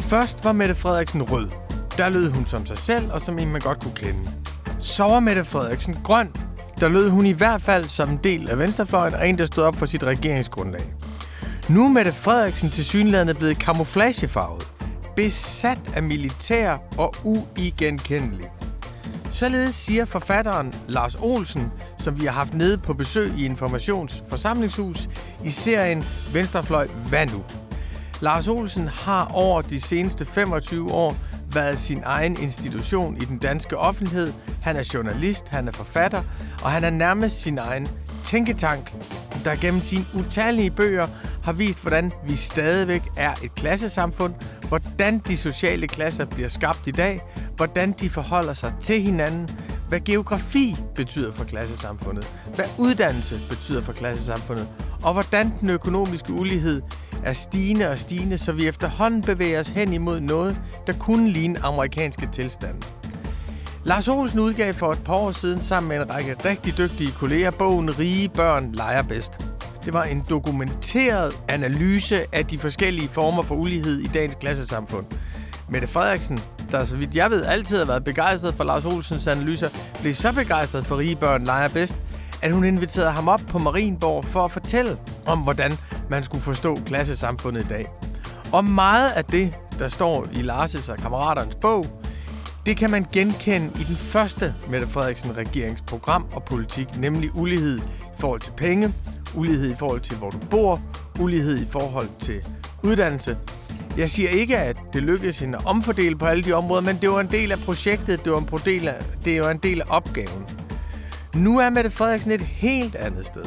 Først var Mette Frederiksen rød. Der lød hun som sig selv og som en, man godt kunne kende. Så var Mette Frederiksen grøn. Der lød hun i hvert fald som en del af venstrefløjen og en, der stod op for sit regeringsgrundlag. Nu er Mette Frederiksen tilsyneladende blevet camouflagefarvet, besat af militær og uigenkendelig. Således siger forfatteren Lars Olsen, som vi har haft nede på besøg i Informations Forsamlingshus i serien Venstrefløj Hvad nu? Lars Olsen har over de seneste 25 år været sin egen institution i den danske offentlighed. Han er journalist, han er forfatter, og han er nærmest sin egen tænketank, der gennem sine utallige bøger har vist, hvordan vi stadigvæk er et klassesamfund, hvordan de sociale klasser bliver skabt i dag, hvordan de forholder sig til hinanden, hvad geografi betyder for klassesamfundet, hvad uddannelse betyder for klassesamfundet, og hvordan den økonomiske ulighed er stigende og stigende, så vi efterhånden bevæger os hen imod noget, der kunne ligne amerikanske tilstande. Lars Olsen udgav for et par år siden sammen med en række rigtig dygtige kolleger bogen Rige børn leger bedst. Det var en dokumenteret analyse af de forskellige former for ulighed i dagens klassesamfund. Mette Frederiksen, der så vidt jeg ved altid har været begejstret for Lars Olsens analyser, blev så begejstret for Rige børn leger bedst, at hun inviterede ham op på Marienborg for at fortælle om, hvordan man skulle forstå klassesamfundet i dag. Og meget af det, der står i Lars' og kammeraternes bog, det kan man genkende i den første Mette Frederiksen regeringsprogram og politik, nemlig ulighed i forhold til penge, ulighed i forhold til, hvor du bor, ulighed i forhold til uddannelse. Jeg siger ikke, at det lykkedes hende at omfordele på alle de områder, men det var en del af projektet, det var en del af opgaven. Nu er Mette Frederiksen et helt andet sted.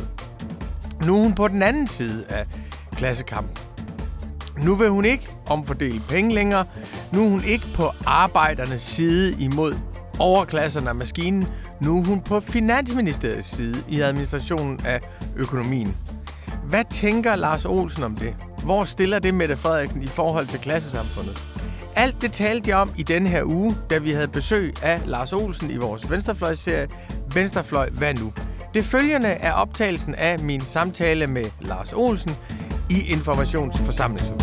Nu er hun på den anden side af klassekampen. Nu vil hun ikke omfordele penge længere. Nu er hun ikke på arbejdernes side imod overklasserne af maskinen. Nu er hun på Finansministeriets side i administrationen af økonomien. Hvad tænker Lars Olsen om det? Hvor stiller det Mette Frederiksen i forhold til klassesamfundet? Alt det talte jeg om i denne her uge, da vi havde besøg af Lars Olsen i vores venstrefløjsserie Venstrefløj Hvad nu? Det følgende er optagelsen af min samtale med Lars Olsen i Informations Forsamlingshus.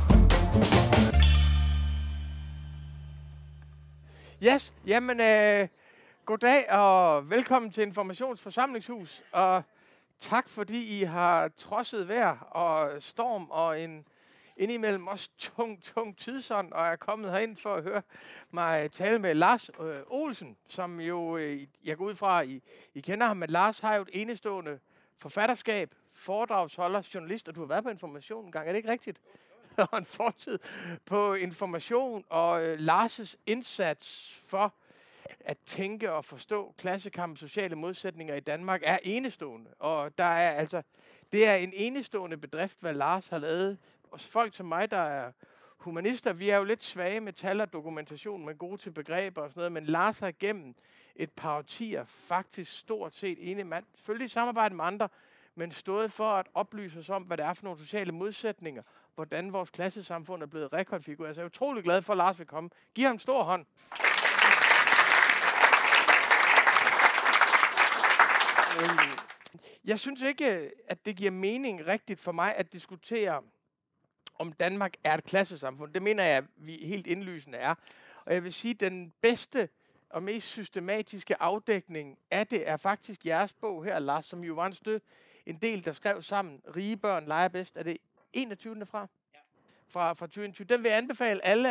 Yes, jamen goddag og velkommen til Informations Forsamlingshus. Og tak fordi I har trodset vejr og storm og en indimellem også tung tidsånd, og er kommet herind for at høre mig tale med Lars Olsen, som jo, jeg går ud fra, I kender ham, men Lars har jo et enestående forfatterskab, foredragsholder, journalist, og du har været på Information en gang, er det ikke rigtigt? Og en fortid på Information, og Lars' indsats for at tænke og forstå klassekampens sociale modsætninger i Danmark er enestående, og der er altså, det er en enestående bedrift, hvad Lars har lavet. Og folk som mig, der er humanister, vi er jo lidt svage med tal og dokumentation, men gode til begreber og sådan noget, men Lars har gennem et par årtier faktisk stort set ene mand, selvfølgelig i samarbejde med andre, men stået for at oplyse os om, hvad det er for nogle sociale modsætninger, hvordan vores klassesamfund er blevet rekonfigureret. Så jeg er utrolig glad for, at Lars vil komme. Giv ham en stor hånd. Jeg synes ikke, at det giver mening rigtigt for mig at diskutere, om Danmark er et klassesamfund. Det mener jeg, vi helt indlysende er. Og jeg vil sige, at den bedste og mest systematiske afdækning af det er faktisk jeres bog her, Lars, som jo var en del, der skrev sammen. Rige børn leger bedst. Er det 21. fra? Ja. Fra 2021. Den vil jeg anbefale alle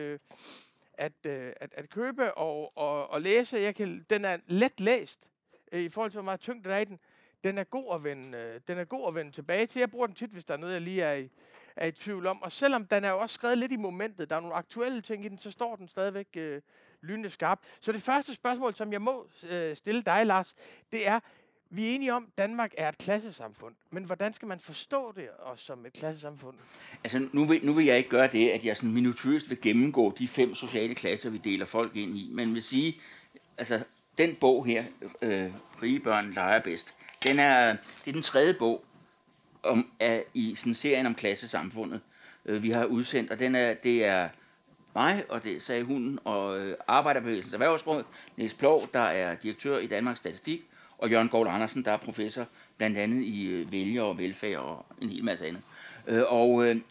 at købe og læse. Den er let læst i forhold til, hvor meget tyngde der er i den. Den er god at vende tilbage til. Jeg bruger den tit, hvis der er noget, jeg lige er i tvivl om. Og selvom den er jo også skrevet lidt i momentet, der er nogle aktuelle ting i den, så står den stadigvæk lynende skarp. Så det første spørgsmål, som jeg må stille dig, Lars, det er, vi er enige om, at Danmark er et klassesamfund. Men hvordan skal man forstå det også som et klassesamfund? Altså, nu vil jeg ikke gøre det, at jeg sådan minutiøst vil gennemgå de 5 sociale klasser, vi deler folk ind i. Men vil sige, altså, den bog her, Rige børn leger bedst, det er den 3. bog i sådan serien om klassesamfundet, vi har udsendt, og det er mig, og det sagde hunden, og Arbejderbevægelsens Erhvervsråd, Niels Plov, der er direktør i Danmarks Statistik, og Jørgen Goul Andersen, der er professor blandt andet i vælger og velfærd og en hel masse andet.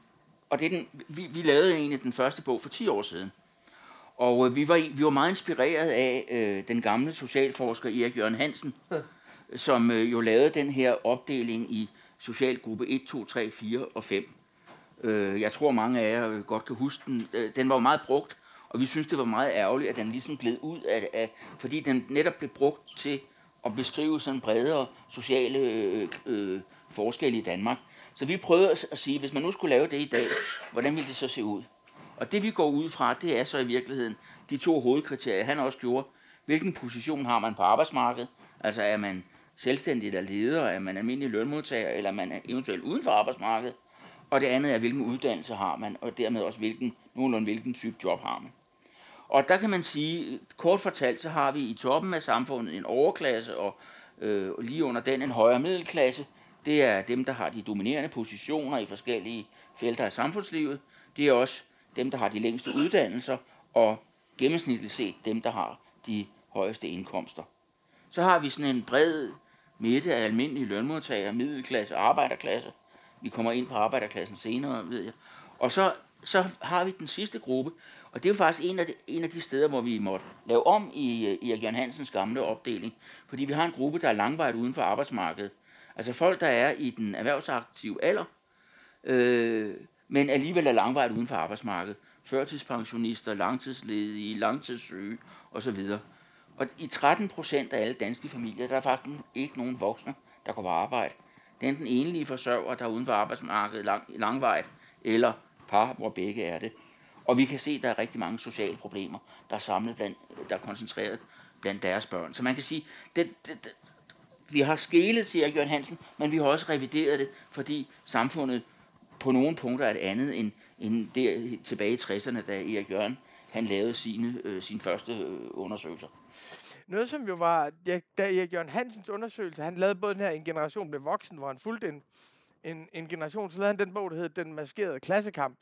og det er vi lavede egentlig den første bog for 10 år siden. Og vi var meget inspireret af den gamle socialforsker Erik Jørgen Hansen, som jo lavede den her opdeling i socialgruppe 1, 2, 3, 4 og 5. Jeg tror, mange af jer godt kan huske den. Den var meget brugt, og vi synes, det var meget ærgerligt, at den ligesom gled ud af fordi den netop blev brugt til at beskrive sådan bredere sociale forskelle i Danmark. Så vi prøvede at sige, hvis man nu skulle lave det i dag, hvordan ville det så se ud? Og det vi går ud fra, det er så i virkeligheden de 2 hovedkriterier, han også gjorde. Hvilken position har man på arbejdsmarkedet? Altså er man selvstændig eller leder, er man almindelig lønmodtager, eller er man eventuelt uden for arbejdsmarkedet? Og det andet er, hvilken uddannelse har man, og dermed også hvilken type job har man. Og der kan man sige, kort fortalt, så har vi i toppen af samfundet en overklasse, og lige under den en højere middelklasse. Det er dem, der har de dominerende positioner i forskellige felter af samfundslivet. Det er også dem, der har de længste uddannelser, og gennemsnitligt set dem, der har de højeste indkomster. Så har vi sådan en bred midte af almindelige lønmodtagere, middelklasse og arbejderklasse. Vi kommer ind på arbejderklassen senere, ved jeg. Og så har vi den sidste gruppe, og det er jo faktisk en af de steder, hvor vi måtte lave om i Erik Jørgen Hansens gamle opdeling. Fordi vi har en gruppe, der er langvarigt uden for arbejdsmarkedet. Altså folk, der er i den erhvervsaktive alder, men alligevel er langvarigt uden for arbejdsmarkedet. Førtidspensionister, langtidsledige, langtidssyge osv. Og i 13% af alle danske familier, der er faktisk ikke nogen voksne, der går på arbejde. Det er enten enlige forsørgere, der er uden for arbejdsmarkedet langvarigt, eller par, hvor begge er det. Og vi kan se, at der er rigtig mange sociale problemer, der er samlet der er koncentreret blandt deres børn. Så man kan sige, vi har skelet til Erik Jørgen Hansen, men vi har også revideret det, fordi samfundet på nogle punkter er det andet end der tilbage i 60'erne, da Erik Jørgen han lavede sine første undersøgelser. Noget som jo var, da Erik Jørgen Hansens undersøgelse, han lavede både den her En generation blev voksen, hvor han fulgte en generation, så lavede han den bog, der hed Den maskerede klassekamp.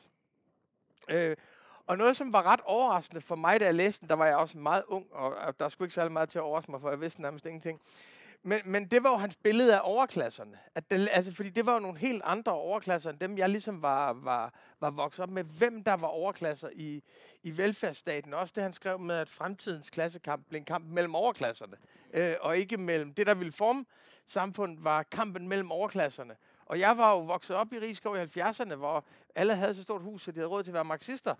Og noget, som var ret overraskende for mig, da jeg læste den, der var jeg også meget ung, og der skulle ikke særlig meget til at overraske mig, for jeg vidste nærmest ingenting. Men det var jo hans billede af overklasserne. Fordi det var jo nogle helt andre overklasser, end dem, jeg ligesom var vokset op med. Hvem der var overklasser i velfærdsstaten. Også det, han skrev med, at fremtidens klassekamp blev en kamp mellem overklasserne. Og ikke mellem det, der ville forme samfundet, var kampen mellem overklasserne. Og jeg var jo vokset op i Rigskov i 70'erne, hvor alle havde så stort hus, at de havde råd til at være marxister.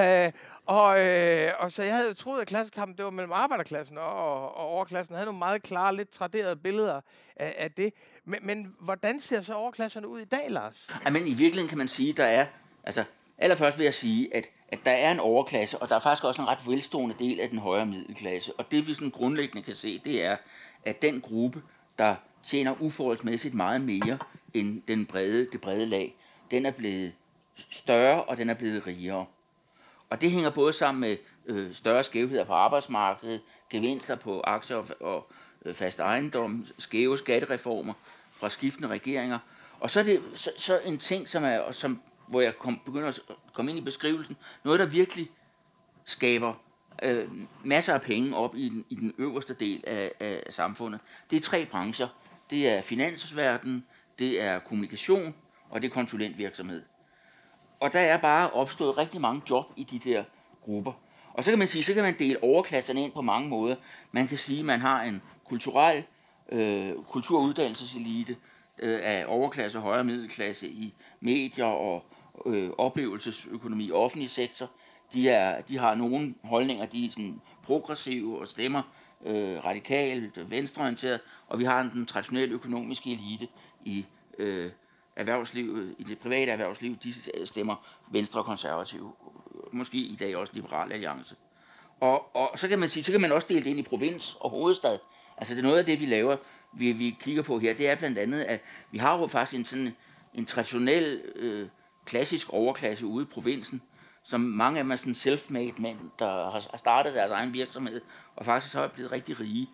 Og så jeg havde jo troet, at klassekampen det var mellem arbejderklassen og overklassen. Jeg havde nogle meget klare, lidt traderede billeder af det. Men hvordan ser så overklasserne ud i dag, Lars? Men i virkeligheden kan man sige, der er... Altså, allerførst vil jeg sige, at der er en overklasse, og der er faktisk også en ret velstående del af den højere middelklasse. Og det vi sådan grundlæggende kan se, det er, at den gruppe, der tjener uforholdsmæssigt meget mere end det brede lag, den er blevet større, og den er blevet rigere. Og det hænger både sammen med større skævheder på arbejdsmarkedet, gevinster på aktier og fast ejendom, skæve skattereformer fra skiftende regeringer. Og så er det så en ting, hvor jeg begynder at komme ind i beskrivelsen, noget der virkelig skaber masser af penge op i den øverste del af samfundet. Det er 3 brancher. Det er finansverdenen, det er kommunikation, og det er konsulentvirksomhed. Og der er bare opstået rigtig mange job i de der grupper. Og så kan man sige, så kan man dele overklasserne ind på mange måder. Man kan sige, at man har en kulturel kulturuddannelseselite af overklasse og højere middelklasse i medier og oplevelsesøkonomi og offentlig sektor. De har nogle holdninger, de er sådan progressive og stemmer radikalt, venstreorienteret, og vi har den traditionelle økonomiske elite i erhvervslivet, i det private erhvervsliv, de stemmer venstre og konservative, måske i dag også liberal alliance. Og så kan man sige, så kan man også dele det ind i provins og hovedstad. Altså det er noget af det, vi laver, vi kigger på her, det er blandt andet, at vi har jo faktisk en traditionel, klassisk overklasse ude i provinsen, som mange af dem er sådan self-made mænd, der har startet deres egen virksomhed, og faktisk så er blevet rigtig rige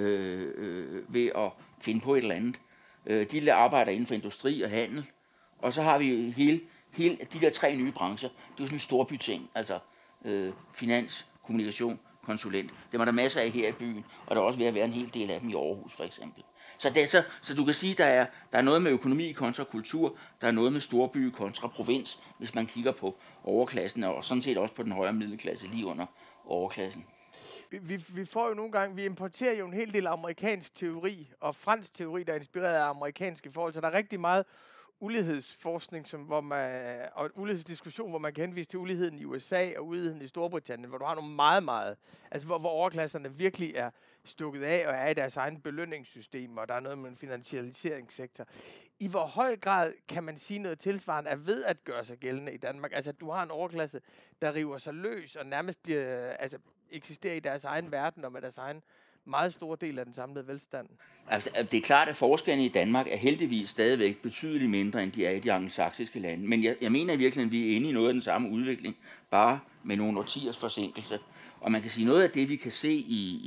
ved at finde på et eller andet. De arbejder inden for industri og handel, og så har vi hele de der 3 nye brancher. Det er jo sådan en storbyting, altså finans, kommunikation, konsulent. Det var der masser af her i byen, og der er også ved at være en hel del af dem i Aarhus for eksempel. Så du kan sige, der er noget med økonomi kontra kultur, der er noget med storby kontra provins, hvis man kigger på overklassen, og sådan set også på den højere middelklasse lige under overklassen. Vi får jo nogle gange, vi importerer jo en hel del amerikansk teori og fransk teori, der er inspireret af amerikanske forhold, så der er rigtig meget ulighedsforskning, og ulighedsdiskussion, hvor man kan henvise til uligheden i USA og uligheden i Storbritannien, hvor du har nogle meget, altså hvor overklasserne virkelig er stukket af og er i deres egen belønningssystem, og der er noget med en finansialiseringssektor. I hvor høj grad kan man sige noget tilsvarende er ved at gøre sig gældende i Danmark? Altså, at du har en overklasse, der river sig løs og nærmest eksisterer i deres egen verden og med deres egen meget store del af den samlede velstand. Altså, det er klart, at forskellene i Danmark er heldigvis stadigvæk betydeligt mindre, end de er i de angelsaksiske lande. Men jeg mener i virkeligheden, at vi er inde i noget af den samme udvikling, bare med nogle årtiers forsinkelse. Og man kan sige, noget af det, vi kan se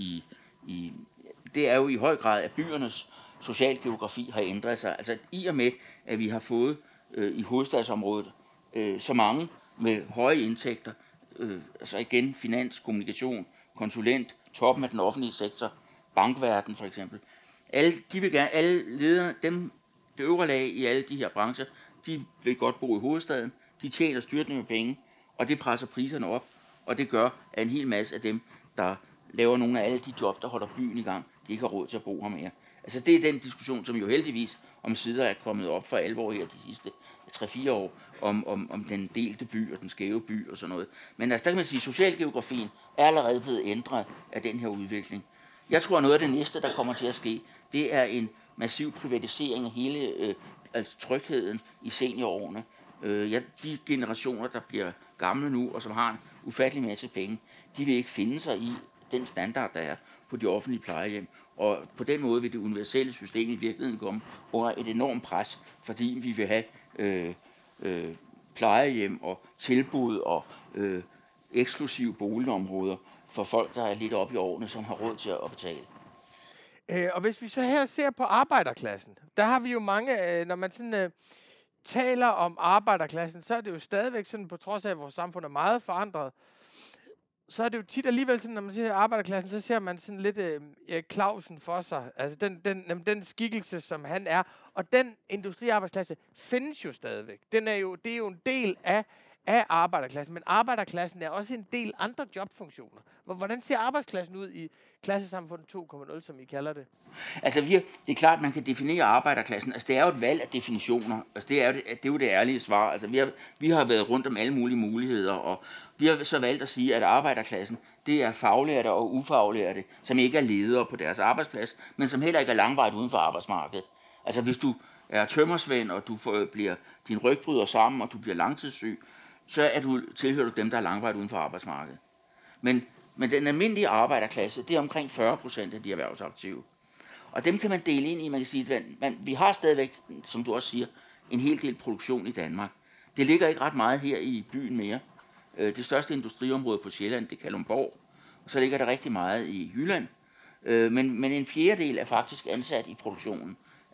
det er jo i høj grad, at byernes socialgeografi har ændret sig. Altså i og med, at vi har fået i hovedstadsområdet så mange med høje indtægter, altså igen finans, kommunikation, konsulent, toppen af den offentlige sektor, bankverden for eksempel. Alle lederne, det øvre lag i alle de her brancher, de vil godt bo i hovedstaden, de tjener styrtende med penge, og det presser priserne op, og det gør, at en hel masse af dem, der laver nogle af alle de job, der holder byen i gang, de ikke har råd til at bo her mere. Altså det er den diskussion, som jo heldigvis omsider er kommet op for alvor her de sidste 3-4 år, om den delte by og den skæve by og sådan noget. Men altså der kan man sige, at socialgeografien er allerede blevet ændret af den her udvikling. Jeg tror, at noget af det næste, der kommer til at ske, det er en massiv privatisering af hele altså trygheden i seniorårene. De generationer, der bliver gamle nu, og som har en ufattelig masse penge, de vil ikke finde sig i den standard, der er på de offentlige plejehjem. Og på den måde vil det universelle system i virkeligheden komme under et enormt pres, fordi vi vil have plejehjem og tilbud og eksklusive boligområder for folk, der er lidt oppe i årene, som har råd til at betale. Og hvis vi så her ser på arbejderklassen, der har vi jo mange, når man sådan taler om arbejderklassen, så er det jo stadigvæk sådan, på trods af, at vores samfund er meget forandret, så er det jo tit alligevel sådan, når man siger arbejderklassen, så ser man sådan lidt Clausen for sig. Altså den skikkelse, som han er. Og den industriarbejdsklasse findes jo stadigvæk. Det er jo en del af arbejderklassen, men arbejderklassen er også en del andre jobfunktioner. Hvordan ser arbejdsklassen ud i klassesamfundet 2.0, som I kalder det? Altså det er klart, at man kan definere arbejderklassen. Altså det er jo et valg af definitioner. Altså det er jo det ærlige svar. Altså vi har været rundt om alle mulige muligheder, og vi har så valgt at sige, at arbejderklassen, det er faglærte og ufaglærte, som ikke er ledere på deres arbejdsplads, men som heller ikke er langvejt uden for arbejdsmarkedet. Altså hvis du er tømmersvend, og din ryg bryder sammen, og du bliver langtidssyg, så tilhører du dem, der er langvejt uden for arbejdsmarkedet. Men den almindelige arbejderklasse, det er omkring 40% af de erhvervsaktive. Og dem kan man dele ind i, man kan sige, at vi har stadigvæk, som du også siger, en hel del produktion i Danmark. Det ligger ikke ret meget her i byen mere. Det største industriområde på Sjælland, det er Kalundborg, og så ligger der rigtig meget i Jylland. Men en fjerdedel er faktisk ansat i produktionen,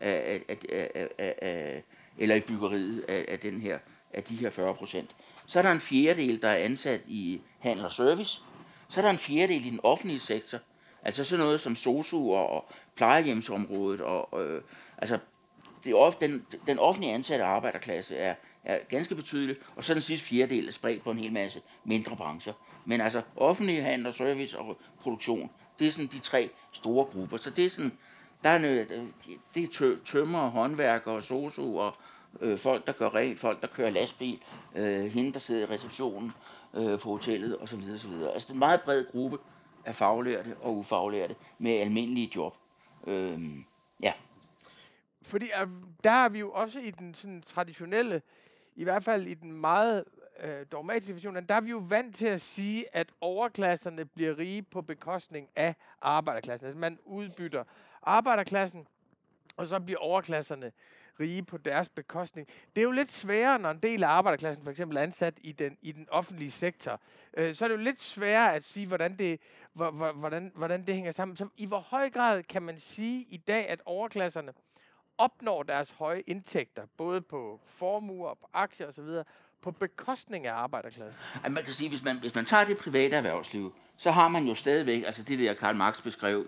eller i byggeriet af de her 40%. Så er der en fjerdedel, der er ansat i handel og service. Så er der en fjerdedel i den offentlige sektor. Altså sådan noget som sosu'er og plejehjemsområdet. Altså den offentlige ansatte arbejderklasse er ganske betydelig. Og så den sidste fjerdedel er spredt på en hel masse mindre brancher. Men altså offentlig handel og service og produktion, det er sådan de 3 store grupper. Så det er sådan, det er tømrer, håndværkere, sosu og folk, der gør rent, folk, der kører lastbil, hende, der sidder i receptionen på hotellet osv. osv. Altså det er en meget bred gruppe af faglærte og ufaglærte med almindelige job. Ja. Fordi der er vi jo også i den sådan traditionelle, i hvert fald i den meget dogmatiske version, der er vi jo vant til at sige, at overklasserne bliver rige på bekostning af arbejderklassen. Altså man udbytter arbejderklassen, og så bliver overklasserne rige på deres bekostning. Det er jo lidt sværere, når en del af arbejderklassen for eksempel er ansat i den offentlige sektor. Så er det jo lidt sværere at sige, hvordan det hænger sammen. Så i hvor høj grad kan man sige i dag, at overklasserne opnår deres høje indtægter, både på formuer og på aktier osv., på bekostning af arbejderklassen? Altså man kan sige, hvis man tager det private erhvervsliv, så har man jo stadigvæk, altså det der Karl Marx beskrev i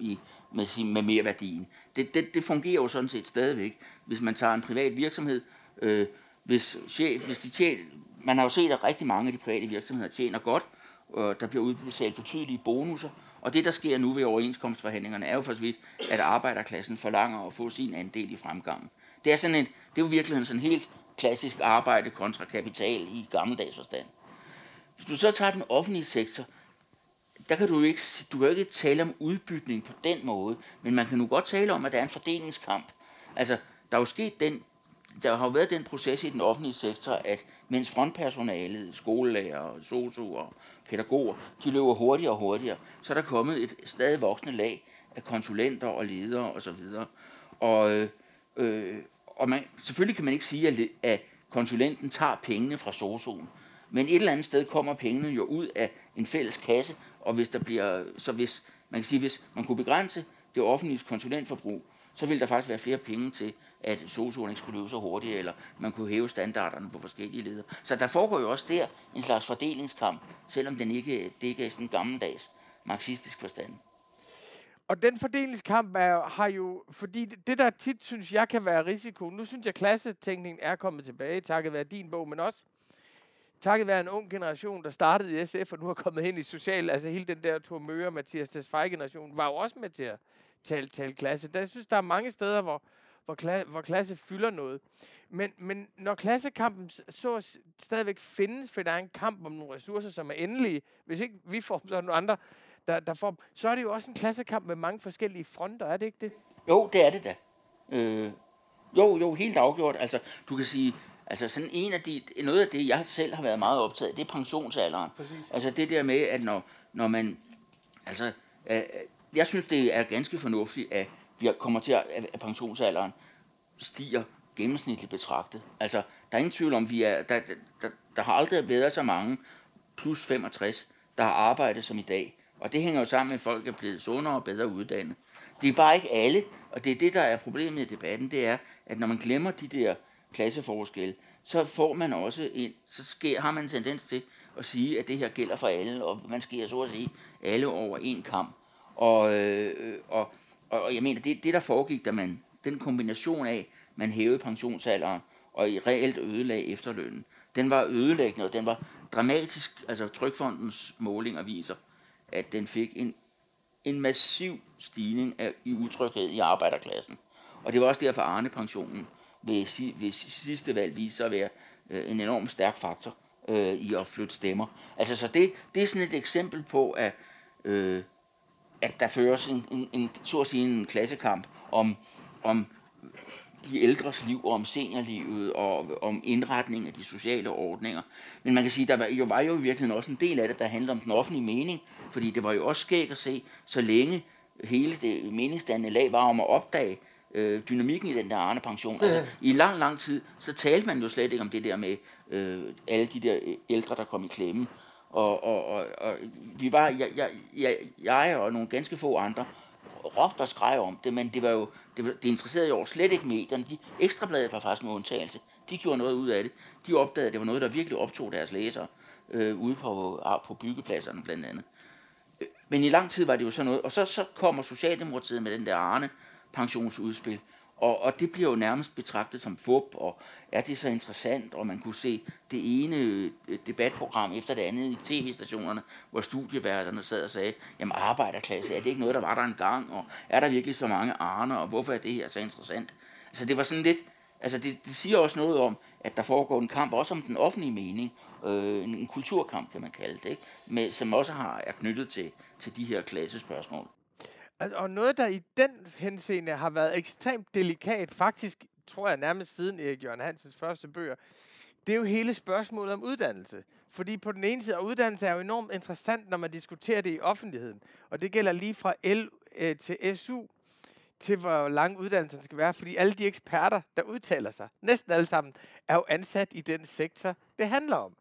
med merværdien. Det fungerer jo sådan set stadigvæk, hvis man tager en privat virksomhed. Hvis de tjener, man har jo set, at rigtig mange af de private virksomheder tjener godt, og der bliver udbetalt betydelige bonusser, og det, der sker nu ved overenskomstforhandlingerne, er jo for så vidt, at arbejderklassen forlanger at få sin andel i fremgangen. Det er jo virkelig sådan helt klassisk arbejde kontra kapital i gammeldags forstand. Hvis du så tager den offentlige sektor, der kan du kan ikke tale om udbytning på den måde, men man kan nu godt tale om, at der er en fordelingskamp. Altså, der har jo været den proces i den offentlige sektor, at mens frontpersonalet, skolelærer, sosuer, pædagoger, de løber hurtigere og hurtigere, så er der kommet et stadig voksende lag af konsulenter og ledere osv. Og selvfølgelig kan man ikke sige, at konsulenten tager pengene fra sosuen, men et eller andet sted kommer pengene jo ud af en fælles kasse, og hvis man kunne begrænse det offentlige konsulentforbrug, så ville der faktisk være flere penge til, at sosuerne ikke skulle løbe så hurtigt, eller man kunne hæve standarderne på forskellige leder. Så der foregår jo også der en slags fordelingskamp, selvom det ikke er sådan en gammeldags marxistisk forstand. Og den fordelingskamp har jo, fordi det der tit synes jeg kan være risiko, nu synes jeg klassetænkningen er kommet tilbage, takket være din bog, men også takket være en ung generation, der startede i SF, og nu er kommet hen i social, altså hele den der Thor Møger, Mathias Tesfaye-generation, var jo også med til at tale klasse. Jeg synes, der er mange steder, hvor klasse fylder noget. Men når klassekampen så stadigvæk findes, for der er en kamp om nogle ressourcer, som er endelige, hvis ikke vi får dem, så er nogle andre, der får, så er det jo også en klassekamp med mange forskellige fronter, er det ikke det? Jo, det er det da. Jo, helt afgjort. Altså, du kan sige, altså sådan noget af det, jeg selv har været meget optaget af, det er pensionsalderen. Præcis. Altså det der med, at når man, altså, jeg synes, det er ganske fornuftigt, at vi kommer til at pensionsalderen stiger gennemsnitligt betragtet. Altså, der er ingen tvivl om, der har aldrig været så mange plus 65, der har arbejdet som i dag. Og det hænger jo sammen med, at folk er blevet sundere og bedre uddannet. Det er bare ikke alle, og det er det, der er problemet i debatten, det er, at når man glemmer de der klasseforskelle, så får man også har man en tendens til at sige, at det her gælder for alle, og man skærer så at sige alle over en kam. Og jeg mener, det der foregik, da den kombination af, man hævede pensionsalderen, og i reelt ødelagde efterlønnen, den var ødelæggende, og den var dramatisk. Altså Trygfondens målinger viser, at den fik en massiv stigning i utryghed i arbejderklassen. Og det var også derfor, Arne-pensionen ved sidste valg viste sig at være en enormt stærk faktor i at flytte stemmer. Altså, så det er sådan et eksempel på, at der føres så at sige en klassekamp om de ældres liv, og om seniorlivet, og om indretning af de sociale ordninger. Men man kan sige, der var jo i virkeligheden også en del af det, der handler om den offentlige mening, fordi det var jo også skægt at se, så længe hele det meningsdannende lag var om at opdage dynamikken i den der Arne-pension. Altså, i lang tid, så talte man jo slet ikke om det der med alle de der ældre, der kom i klemme. Og vi var, jeg og nogle ganske få andre, råbte og skreg om det, men det interesserede jo slet ikke medierne. Ekstrabladet var faktisk en undtagelse. De gjorde noget ud af det. De opdagede, at det var noget, der virkelig optog deres læsere ude på byggepladserne blandt andet. Men i lang tid var det jo sådan noget, og så kommer Socialdemokratiet med den der Arne-pensionsudspil, og det bliver jo nærmest betragtet som fup, og er det så interessant, og man kunne se det ene debatprogram efter det andet i tv-stationerne, hvor studieværterne sad og sagde, jamen arbejderklasse, er det ikke noget, der var der engang, og er der virkelig så mange Arner, og hvorfor er det her så interessant? Altså det var sådan lidt, altså det siger også noget om, at der foregår en kamp også om den offentlige mening, en kulturkamp kan man kalde det, ikke? Som også er knyttet til de her klassespørgsmål. Og noget, der i den henseende har været ekstremt delikat, faktisk tror jeg nærmest siden Erik Jørgen Hansens første bøger, det er jo hele spørgsmålet om uddannelse. Fordi på den ene side, og uddannelse er jo enormt interessant, når man diskuterer det i offentligheden. Og det gælder lige fra L til SU, til hvor lang uddannelsen skal være. Fordi alle de eksperter, der udtaler sig, næsten alle sammen, er jo ansat i den sektor, det handler om.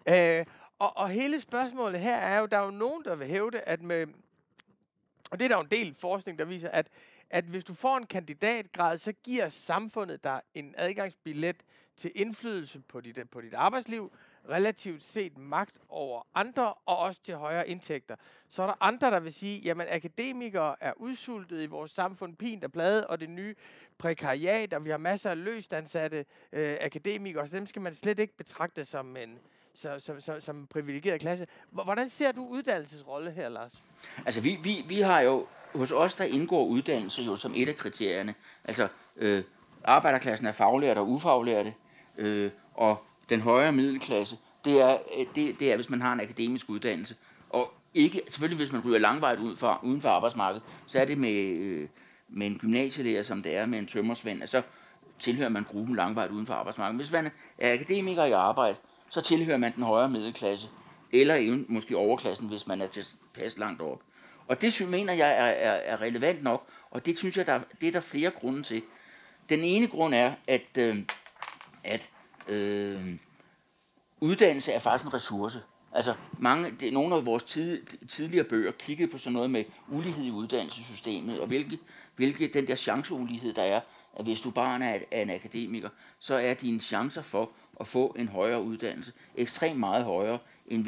Og hele spørgsmålet her er jo, der er jo nogen, der vil hævde, at med... Og det er der jo en del forskning, der viser, at hvis du får en kandidatgrad, så giver samfundet dig en adgangsbillet til indflydelse på dit arbejdsliv, relativt set magt over andre, og også til højere indtægter. Så er der andre, der vil sige, jamen akademikere er udsultet i vores samfund, pint og plade, og det nye prekariat, og vi har masser af løst ansatte akademikere, så dem skal man slet ikke betragte som en privilegeret klasse. Hvordan ser du uddannelsesrolle her, Lars? Altså vi har jo, hos os der indgår uddannelse jo som et af kriterierne. Altså arbejderklassen er faglærte og ufaglærte, og den højere middelklasse, det er, hvis man har en akademisk uddannelse. Og ikke, selvfølgelig hvis man ryger langvejt uden for arbejdsmarkedet, så er det med en gymnasielærer, som det er med en tømmersvend, så tilhører man gruppen langvejt uden for arbejdsmarkedet. Hvis man er akademiker i arbejde, så tilhører man den højere middelklasse, eller måske overklassen, hvis man er tilpas langt op. Og det mener jeg er relevant nok, og det synes jeg, det er der flere grunde til. Den ene grund er, at uddannelse er faktisk en ressource. Altså nogle af vores tidligere bøger kiggede på sådan noget med ulighed i uddannelsessystemet, og hvilke den der chanceulighed, der er, at hvis du barn er en akademiker, så er dine chancer for at få en højere uddannelse ekstremt meget højere, end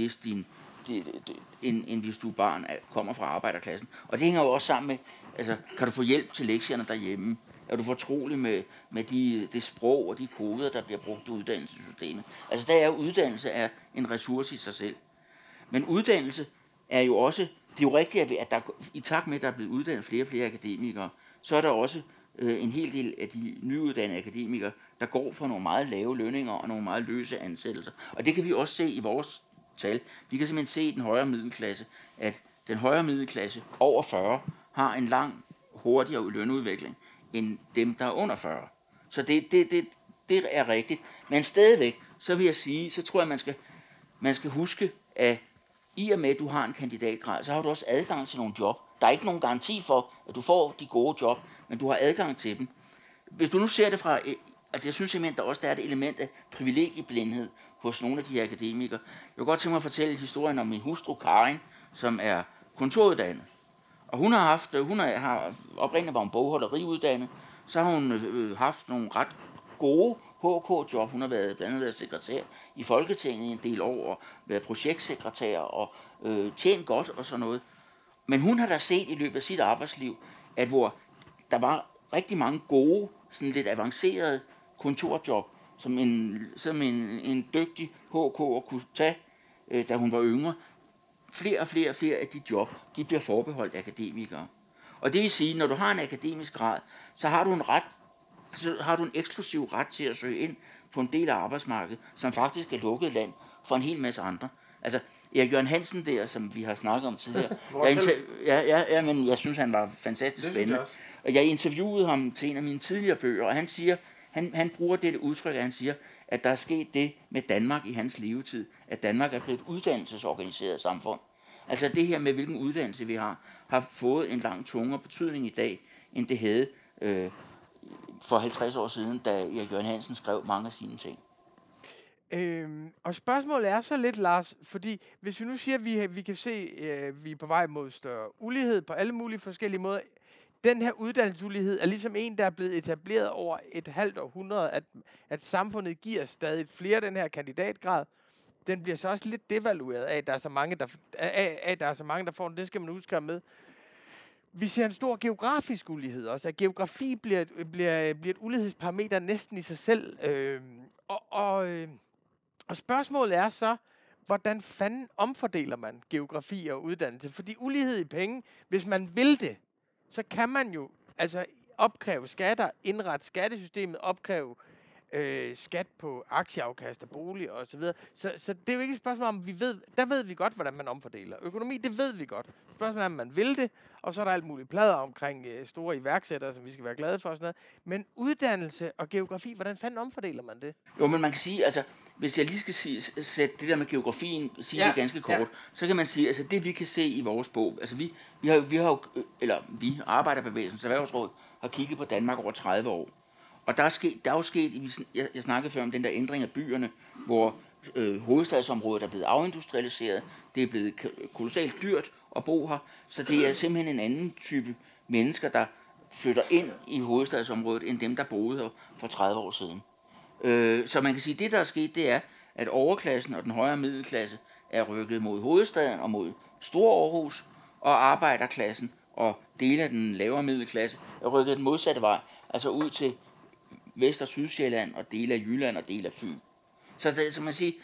hvis du barn kommer fra arbejderklassen. Og det hænger jo også sammen med, altså kan du få hjælp til lektierne derhjemme? Er du fortrolig med det sprog og de koder, der bliver brugt i uddannelsessystemet? Altså der er uddannelse er en ressource i sig selv. Men uddannelse er jo også, det er jo rigtigt, at der, i takt med, at der er blevet uddannet flere og flere akademikere, så er der også en hel del af de nyuddannede akademikere, der går for nogle meget lave lønninger og nogle meget løse ansættelser. Og det kan vi også se i vores tal. Vi kan simpelthen se i den højere middelklasse, at den højere middelklasse over 40 har en lang, hurtigere lønudvikling end dem, der er under 40. Så det er rigtigt. Men stadigvæk, så vil jeg sige, så tror jeg, man skal huske, at i og med, at du har en kandidatgrad, så har du også adgang til nogle job. Der er ikke nogen garanti for, at du får de gode job, men du har adgang til dem. Hvis du nu ser det fra, altså jeg synes simpelthen, der er et element af privilegieblindhed hos nogle af de akademikere. Jeg vil godt tænke mig at fortælle historien om min hustru Karin, som er kontoruddannet. Og hun har oprindeligt var hun bogholderiuddannet, så har hun haft nogle ret gode HK-job. Hun har blandt andet været sekretær i Folketinget i en del år, og været projektsekretær og tjent godt og sådan noget. Men hun har da set i løbet af sit arbejdsliv, at hvor der var rigtig mange gode, sådan lidt avancerede kontorjob, som en dygtig HK'er kunne tage, da hun var yngre. Flere og flere af de job, de bliver forbeholdt akademikere. Og det vil sige, når du har en akademisk grad, så har du en eksklusiv ret til at søge ind på en del af arbejdsmarkedet, som faktisk er lukket land for en hel masse andre. Altså, Erik Jørgen Hansen der, som vi har snakket om tidligere, men jeg synes, han var fantastisk spændende. Og jeg interviewede ham til en af mine tidligere bøger, og han siger, han bruger det udtryk, at han siger, at der er sket det med Danmark i hans levetid, at Danmark er blevet et uddannelsesorganiseret samfund. Altså det her med, hvilken uddannelse vi har fået en langt tungere betydning i dag, end det havde for 50 år siden, da Erik Jørgen Hansen skrev mange af sine ting. Og spørgsmålet er så lidt, Lars, fordi hvis vi nu siger, at vi kan se, at vi er på vej mod større ulighed på alle mulige forskellige måder. Den her uddannelsesulighed er ligesom en, der er blevet etableret over et halvt århundrede, at samfundet giver stadig flere den her kandidatgrad. Den bliver så også lidt devalueret af, at der er så mange, der får den. Det skal man huske med. Vi ser en stor geografisk ulighed også. At geografi bliver et ulighedsparameter næsten i sig selv. Og spørgsmålet er så, hvordan fanden omfordeler man geografi og uddannelse? Fordi ulighed i penge, hvis man vil det, så kan man jo altså opkræve skatter, indrette skattesystemet, opkræve skat på aktieafkast og bolig og så videre. Så det er jo ikke et spørgsmål om, der ved vi godt, hvordan man omfordeler. Økonomi, det ved vi godt. Spørgsmålet er, om man vil det, og så er der alt muligt plader omkring store iværksættere, som vi skal være glade for og sådan noget. Men uddannelse og geografi, hvordan fanden omfordeler man det? Jo, men man kan sige, altså, hvis jeg lige skal sætte det der med geografien, det ganske kort, så kan man sige, altså det vi kan se i vores bog, altså vi Arbejderbevægelsens Erhvervsråd har kigget på Danmark over 30 år. Og der er jo sket, jeg snakkede før om den der ændring af byerne, hvor hovedstadsområdet er blevet afindustrialiseret, det er blevet kolossalt dyrt at bo her, så det er simpelthen en anden type mennesker, der flytter ind i hovedstadsområdet, end dem, der boede her for 30 år siden. Så man kan sige, at det, der er sket, det er, at overklassen og den højere middelklasse er rykket mod hovedstaden og mod Stor Aarhus, og arbejderklassen og dele af den lavere middelklasse er rykket den modsatte vej, altså ud til Vest- og Sydsjælland og dele af Jylland og dele af Fyn. Så det, som man siger,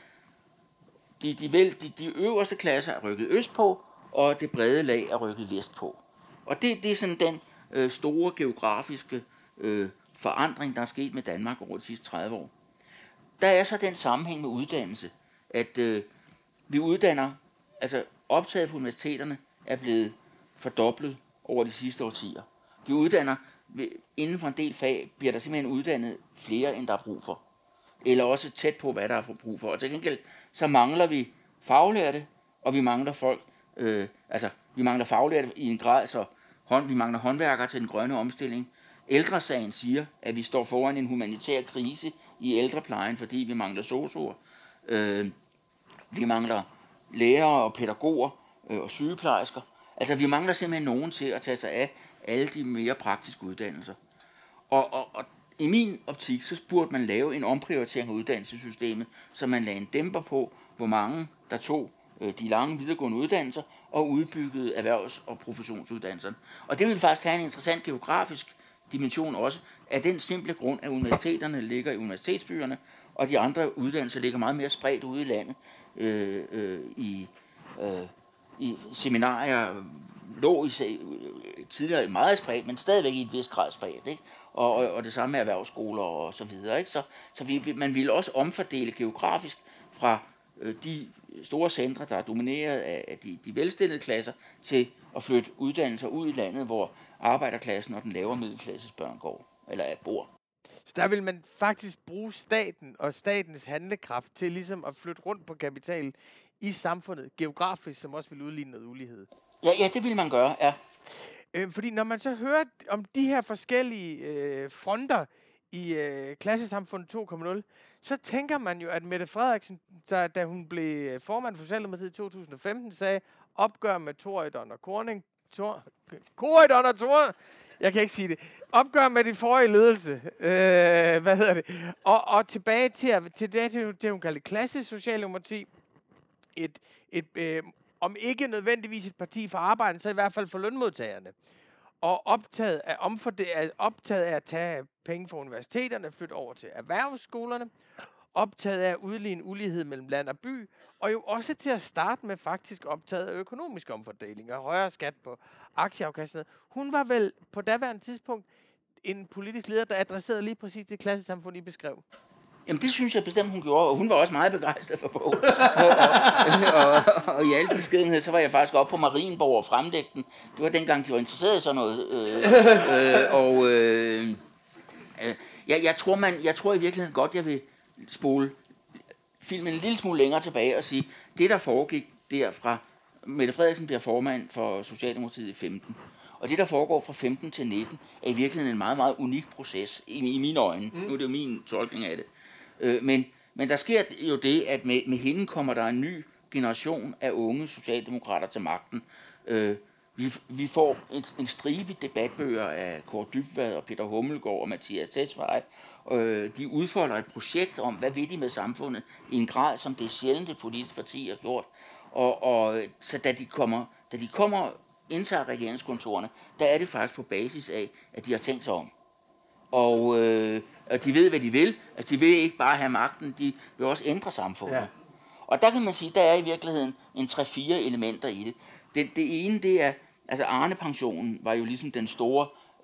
de øverste klasser er rykket østpå, og det brede lag er rykket vestpå. Og det er sådan den store geografiske forandring, der er sket med Danmark over de sidste 30 år. Der er så den sammenhæng med uddannelse, at vi uddanner, altså optaget på universiteterne er blevet fordoblet over de sidste årtier. Vi uddanner, inden for en del fag, bliver der simpelthen uddannet flere, end der er brug for. Eller også tæt på, hvad der er for brug for. Og til gengæld, så mangler vi faglærte, og vi mangler folk, vi mangler faglærte i en grad, så vi mangler håndværkere til den grønne omstilling. Ældresagen siger, at vi står foran en humanitær krise i ældreplejen, fordi vi mangler sosuer. Vi mangler lærere og pædagoger og sygeplejersker. Altså, vi mangler simpelthen nogen til at tage sig af alle de mere praktiske uddannelser. Og i min optik, så burde man lave en omprioritering af uddannelsessystemet, så man lagde en dæmper på, hvor mange der tog de lange videregående uddannelser og udbyggede erhvervs- og professionsuddannelserne. Og det vil faktisk have en interessant geografisk dimension også, af den simple grund, at universiteterne ligger i universitetsbyerne, og de andre uddannelser ligger meget mere spredt ude i landet. I seminarier lå tidligere meget spredt, men stadigvæk i et vist grad spredt, ikke? Og det samme med erhvervsskoler og så videre, ikke? Så man ville også omfordele geografisk fra de store centre, der er domineret af de velstillede klasser, til at flytte uddannelser ud i landet, hvor arbejderklassen og den lavere middelklasses børn går, eller bor. Så der vil man faktisk bruge staten og statens handlekraft til ligesom at flytte rundt på kapital i samfundet, geografisk, som også vil udligne noget ulighed. Ja, det vil man gøre, ja. Fordi når man så hører om de her forskellige fronter i klassesamfundet 2.0, så tænker man jo, at Mette Frederiksen, da hun blev formand for Socialdemokratiet i 2015, sagde opgør med Corydon og Corning. Corydon og Corning! Jeg kan ikke sige det. Opgør med de forrige ledelse. Og tilbage til det, hun kaldte klassesocialdemokrati. Om ikke nødvendigvis et parti for arbejderne, så i hvert fald for lønmodtagerne. Og optaget af at tage penge fra universiteterne, flytte over til erhvervsskolerne, optaget af at udligne ulighed mellem land og by, og jo også til at starte med faktisk optaget af økonomiske omfordelinger, højere skat på aktieafkastet. Hun var vel på daværende tidspunkt en politisk leder, der adresserede lige præcis det klassesamfund, I beskrev. Jamen det synes jeg bestemt, hun gjorde, og hun var også meget begejstret for bogen. og i al beskedenhed, så var jeg faktisk oppe på Marienborg og fremlægte den. Det var dengang, de var interesseret i sådan noget. Jeg tror i virkeligheden godt, jeg vil spole filmen en lille smule længere tilbage og sige, det der foregik derfra, Mette Frederiksen bliver formand for Socialdemokratiet i 15, og det der foregår fra 15 til 19, er i virkeligheden en meget, meget unik proces, i mine øjne. Nu er det jo min tolkning af det. Men der sker jo det, at med hende kommer der en ny generation af unge socialdemokrater til magten. Vi får en stribe debatbøger af Kåre Dybvad og Peter Hummelgaard og Mathias Tesfaye. De udfolder et projekt om, hvad vil de med samfundet, i en grad, som det sjældent det politiske parti har gjort. Så da de kommer indtager regeringskontorerne, der er det faktisk på basis af, at de har tænkt sig om. Og de ved, hvad de vil. Altså, de vil ikke bare have magten, de vil også ændre samfundet. Ja. Og der kan man sige, der er i virkeligheden en 3-4 elementer i det. Det ene, det er, altså Arne-pensionen var jo ligesom den store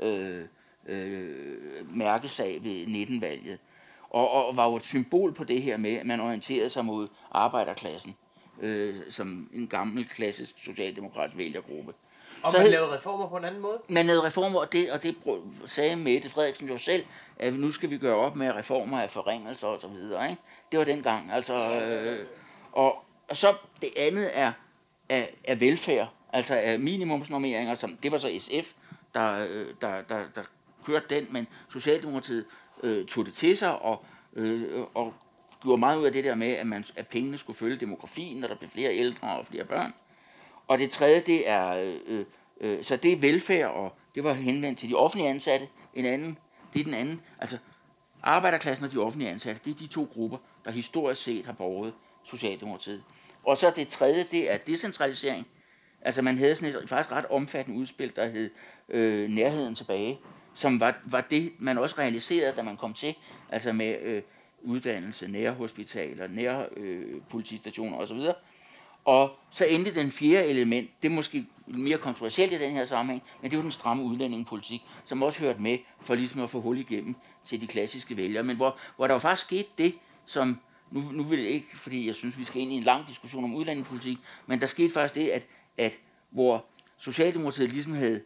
mærkesag ved 19-valget. Og var jo et symbol på det her med, at man orienterede sig mod arbejderklassen, som en gammel klassisk socialdemokratisk vælgergruppe. Og så man lavede reformer på en anden måde? Man lavede reformer, og det sagde Mette Frederiksen jo selv, at nu skal vi gøre op med reformer af forringelser og så videre, ikke? Det var dengang, altså. Og så det andet er velfærd, altså af minimumsnormeringer, som det var så SF, der kørte den, men Socialdemokratiet tog det til sig og gjorde meget ud af det der med, at pengene skulle følge demografien, når der blev flere ældre og flere børn. Og det tredje, det er, så det er velfærd, og det var henvendt til de offentlige ansatte. Det er den anden. Altså, Arbejderklassen og de offentlige ansatte, det er de to grupper, der historisk set har båret Socialdemokratiet. Og så det tredje, det er decentralisering. Altså man havde sådan et faktisk ret omfattende udspil, der hed Nærheden tilbage, som var det, man også realiserede, da man kom til, altså med uddannelse, nærhospitaler, nærpolitistationer osv. Og så endte den fjerde element, det er måske mere kontroversielt i den her sammenhæng, men det var den stramme udlændingepolitik, som også hørte med for ligesom at få hul igennem til de klassiske vælgere. Men hvor der jo faktisk skete det, som, nu vil det ikke, fordi jeg synes, vi skal ind i en lang diskussion om udlændingepolitik, men der skete faktisk det, at hvor Socialdemokratiet ligesom havde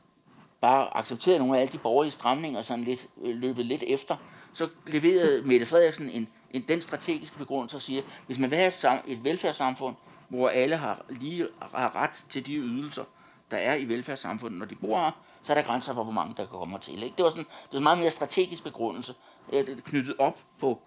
bare accepteret nogle af alle de borgerlige stramninger, sådan lidt løbet lidt efter, så leverede Mette Frederiksen den strategiske begrundelse og siger, hvis man vil have et velfærdssamfund, hvor alle har ret til de ydelser, der er i velfærdssamfundet, når de bor her, så er der grænser for, hvor mange der kommer til. Ikke? Det var en meget mere strategisk begrundelse, knyttet op på,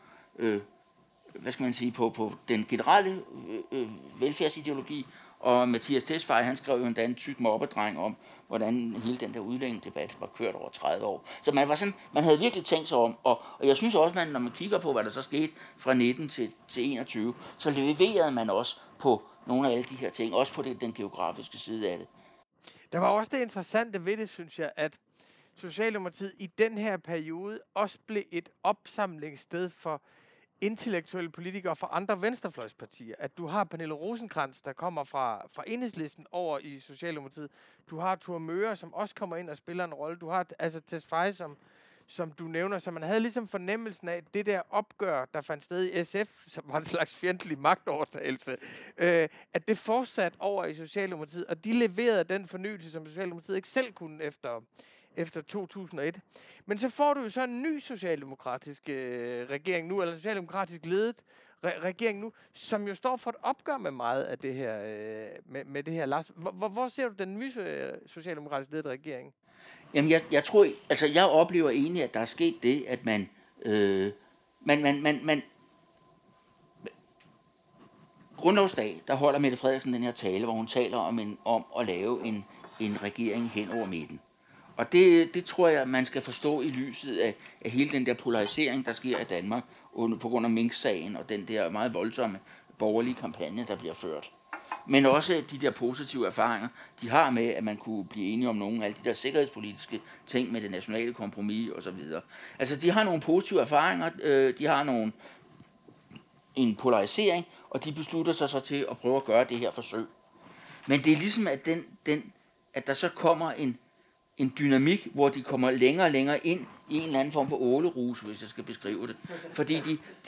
hvad skal man sige, på den generelle velfærdsideologi. Og Mathias Tesfaye, han skrev jo endda en tyk mobbedreng om, hvordan hele den der udlændingedebat var kørt over 30 år. Så man havde virkelig tænkt sig om, og jeg synes også, når man kigger på, hvad der så skete fra 19 til 21, så leverede man også på nogle af alle de her ting, også på den geografiske side af det. Der var også det interessante ved det, synes jeg, at Socialdemokratiet i den her periode også blev et opsamlingssted for intellektuelle politikere fra andre venstrefløjspartier. At du har Pernille Rosenkrantz, der kommer fra Enhedslisten over i Socialdemokratiet. Du har Thor Möger, som også kommer ind og spiller en rolle. Du har altså Tesfaye, som du nævner, så man havde ligesom fornemmelsen af, det der opgør, der fandt sted i SF, som var en slags fjendtlig magtovertagelse, at det fortsatte over i Socialdemokratiet, og de leverede den fornyelse, som Socialdemokratiet ikke selv kunne efter 2001. Men så får du jo så en ny socialdemokratisk regering nu, eller en socialdemokratisk ledet regering nu, som jo står for et opgør med meget af det her, med det her, Lars. Hvor ser du den nye socialdemokratisk ledede regering? Jamen, jeg tror, altså jeg oplever egentlig, at der er sket det, at man Grundlovsdag, der holder Mette Frederiksen den her tale, hvor hun taler om at lave en regering hen over midten. Og det tror jeg, man skal forstå i lyset af hele den der polarisering, der sker i Danmark, på grund af Mink-sagen og den der meget voldsomme borgerlige kampagne, der bliver ført. Men også de der positive erfaringer, de har med, at man kunne blive enige om nogle af de der sikkerhedspolitiske ting med det nationale kompromis osv. Altså, de har nogle positive erfaringer, de har en polarisering, og de beslutter sig så til at prøve at gøre det her forsøg. Men det er ligesom, at der så kommer en dynamik, hvor de kommer længere og længere ind i en eller anden form for ålerus, hvis jeg skal beskrive det. Fordi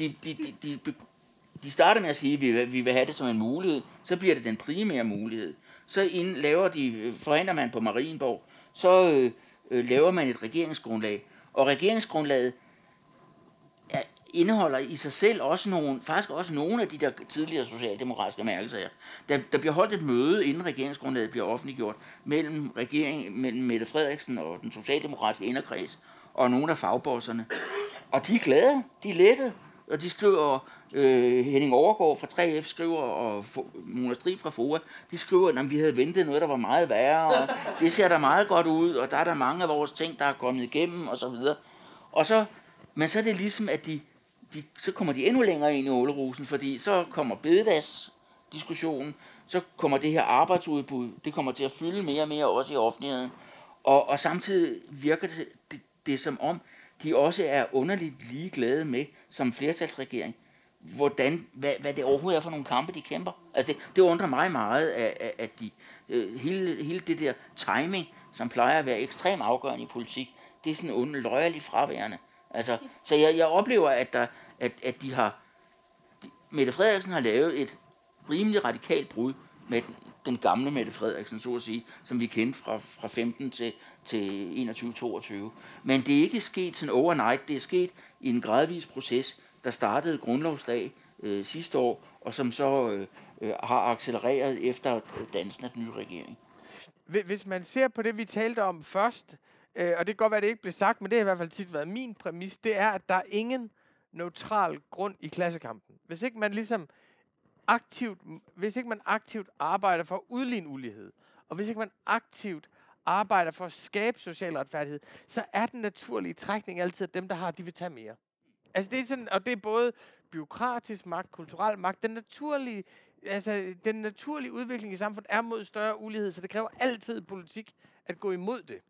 de starter med at sige, at vi vil have det som en mulighed, så bliver det den primære mulighed. Så forhandler man på Marienborg, så laver man et regeringsgrundlag, og regeringsgrundlaget indeholder i sig selv også faktisk også nogle af de der tidligere socialdemokratiske mærkesager. Der bliver holdt et møde, inden regeringsgrundlaget bliver offentliggjort, mellem Mette Frederiksen og den socialdemokratiske inderkreds, og nogle af fagbosserne. Og de er glade, de er lettede, og de skriver, Henning Overgaard fra 3F skriver, og Mona Strid fra FOA, de skriver, at vi havde ventet noget, der var meget værre, og det ser da meget godt ud, og der er der mange af vores ting, der er kommet igennem, og så videre. Men så er det ligesom, at så kommer de endnu længere ind i ålerusen, fordi så kommer bededagsdiskussionen, så kommer det her arbejdsudbud, det kommer til at fylde mere og mere også i offentligheden, og samtidig virker det som om, de også er underligt ligeglade med, som flertalsregering, hvad det overhovedet er for nogle kampe, de kæmper. Altså det undrer mig meget, at hele det der timing, som plejer at være ekstremt afgørende i politik, det er sådan løjerligt fraværende. Altså, så jeg oplever, at Mette Frederiksen har lavet et rimelig radikalt brud med den gamle Mette Frederiksen, så at sige, som vi kendte fra 15 til 21-22. Men det er ikke sket sådan overnight, det er sket i en gradvis proces, der startede Grundlovsdag sidste år, og som så har accelereret efter dannelsen af den nye regering. Hvis man ser på det, vi talte om først, og det kan godt være, at det ikke blev sagt, men det har i hvert fald tit været min præmis, det er, at der er ingen neutral grund i klassekampen. Hvis ikke man aktivt arbejder for at udligne ulighed, og hvis ikke man aktivt arbejder for at skabe social retfærdighed, så er den naturlige trækning altid, at dem, der har, de vil tage mere. Altså det er sådan, og det er både bureaukratisk magt, kulturel magt, den naturlige udvikling i samfundet er mod større ulighed, så det kræver altid politik at gå imod det.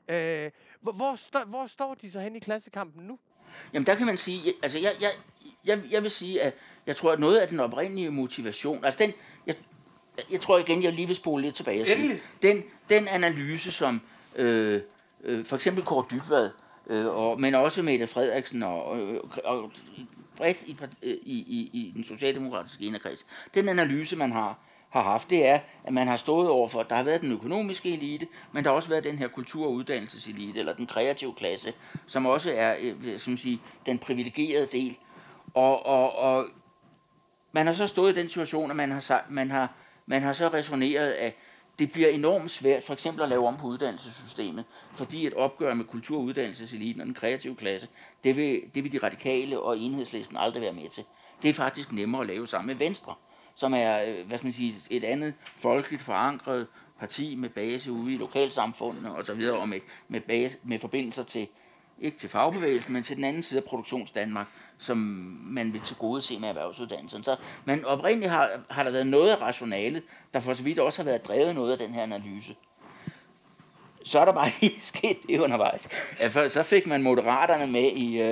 Hvor står de så hen i klassekampen nu? Jamen der kan man sige, altså jeg vil sige, at jeg tror, at noget af den oprindelige motivation, altså den, jeg tror igen, jeg lige vil spole lidt tilbage. Den analyse, som for eksempel Kaare Dybvad, men også Mette Frederiksen og bredt i den socialdemokratiske inderkreds, den analyse, man har haft, det er, at man har stået overfor, der har været den økonomiske elite, men der har også været den her kultur- og uddannelseselite, eller den kreative klasse, som også er den privilegerede del. Og man har så stået i den situation, at man har så resoneret, at det bliver enormt svært for eksempel at lave om på uddannelsessystemet, fordi et opgør med kultur- og uddannelseseliten og den kreative klasse, det vil de radikale og Enhedslisten aldrig være med til. Det er faktisk nemmere at lave sammen med Venstre, som er et andet folkeligt forankret parti med base ude i lokalsamfundene og så videre, og med forbindelser til, ikke til fagbevægelsen, men til den anden side af Produktionsdanmark, som man vil tilgodese med erhvervsuddannelsen. Så man oprindeligt har der været noget af rationalet, der for så vidt også har været drevet noget af den her analyse. Så er der bare lige sket det undervejs. Så fik man Moderaterne med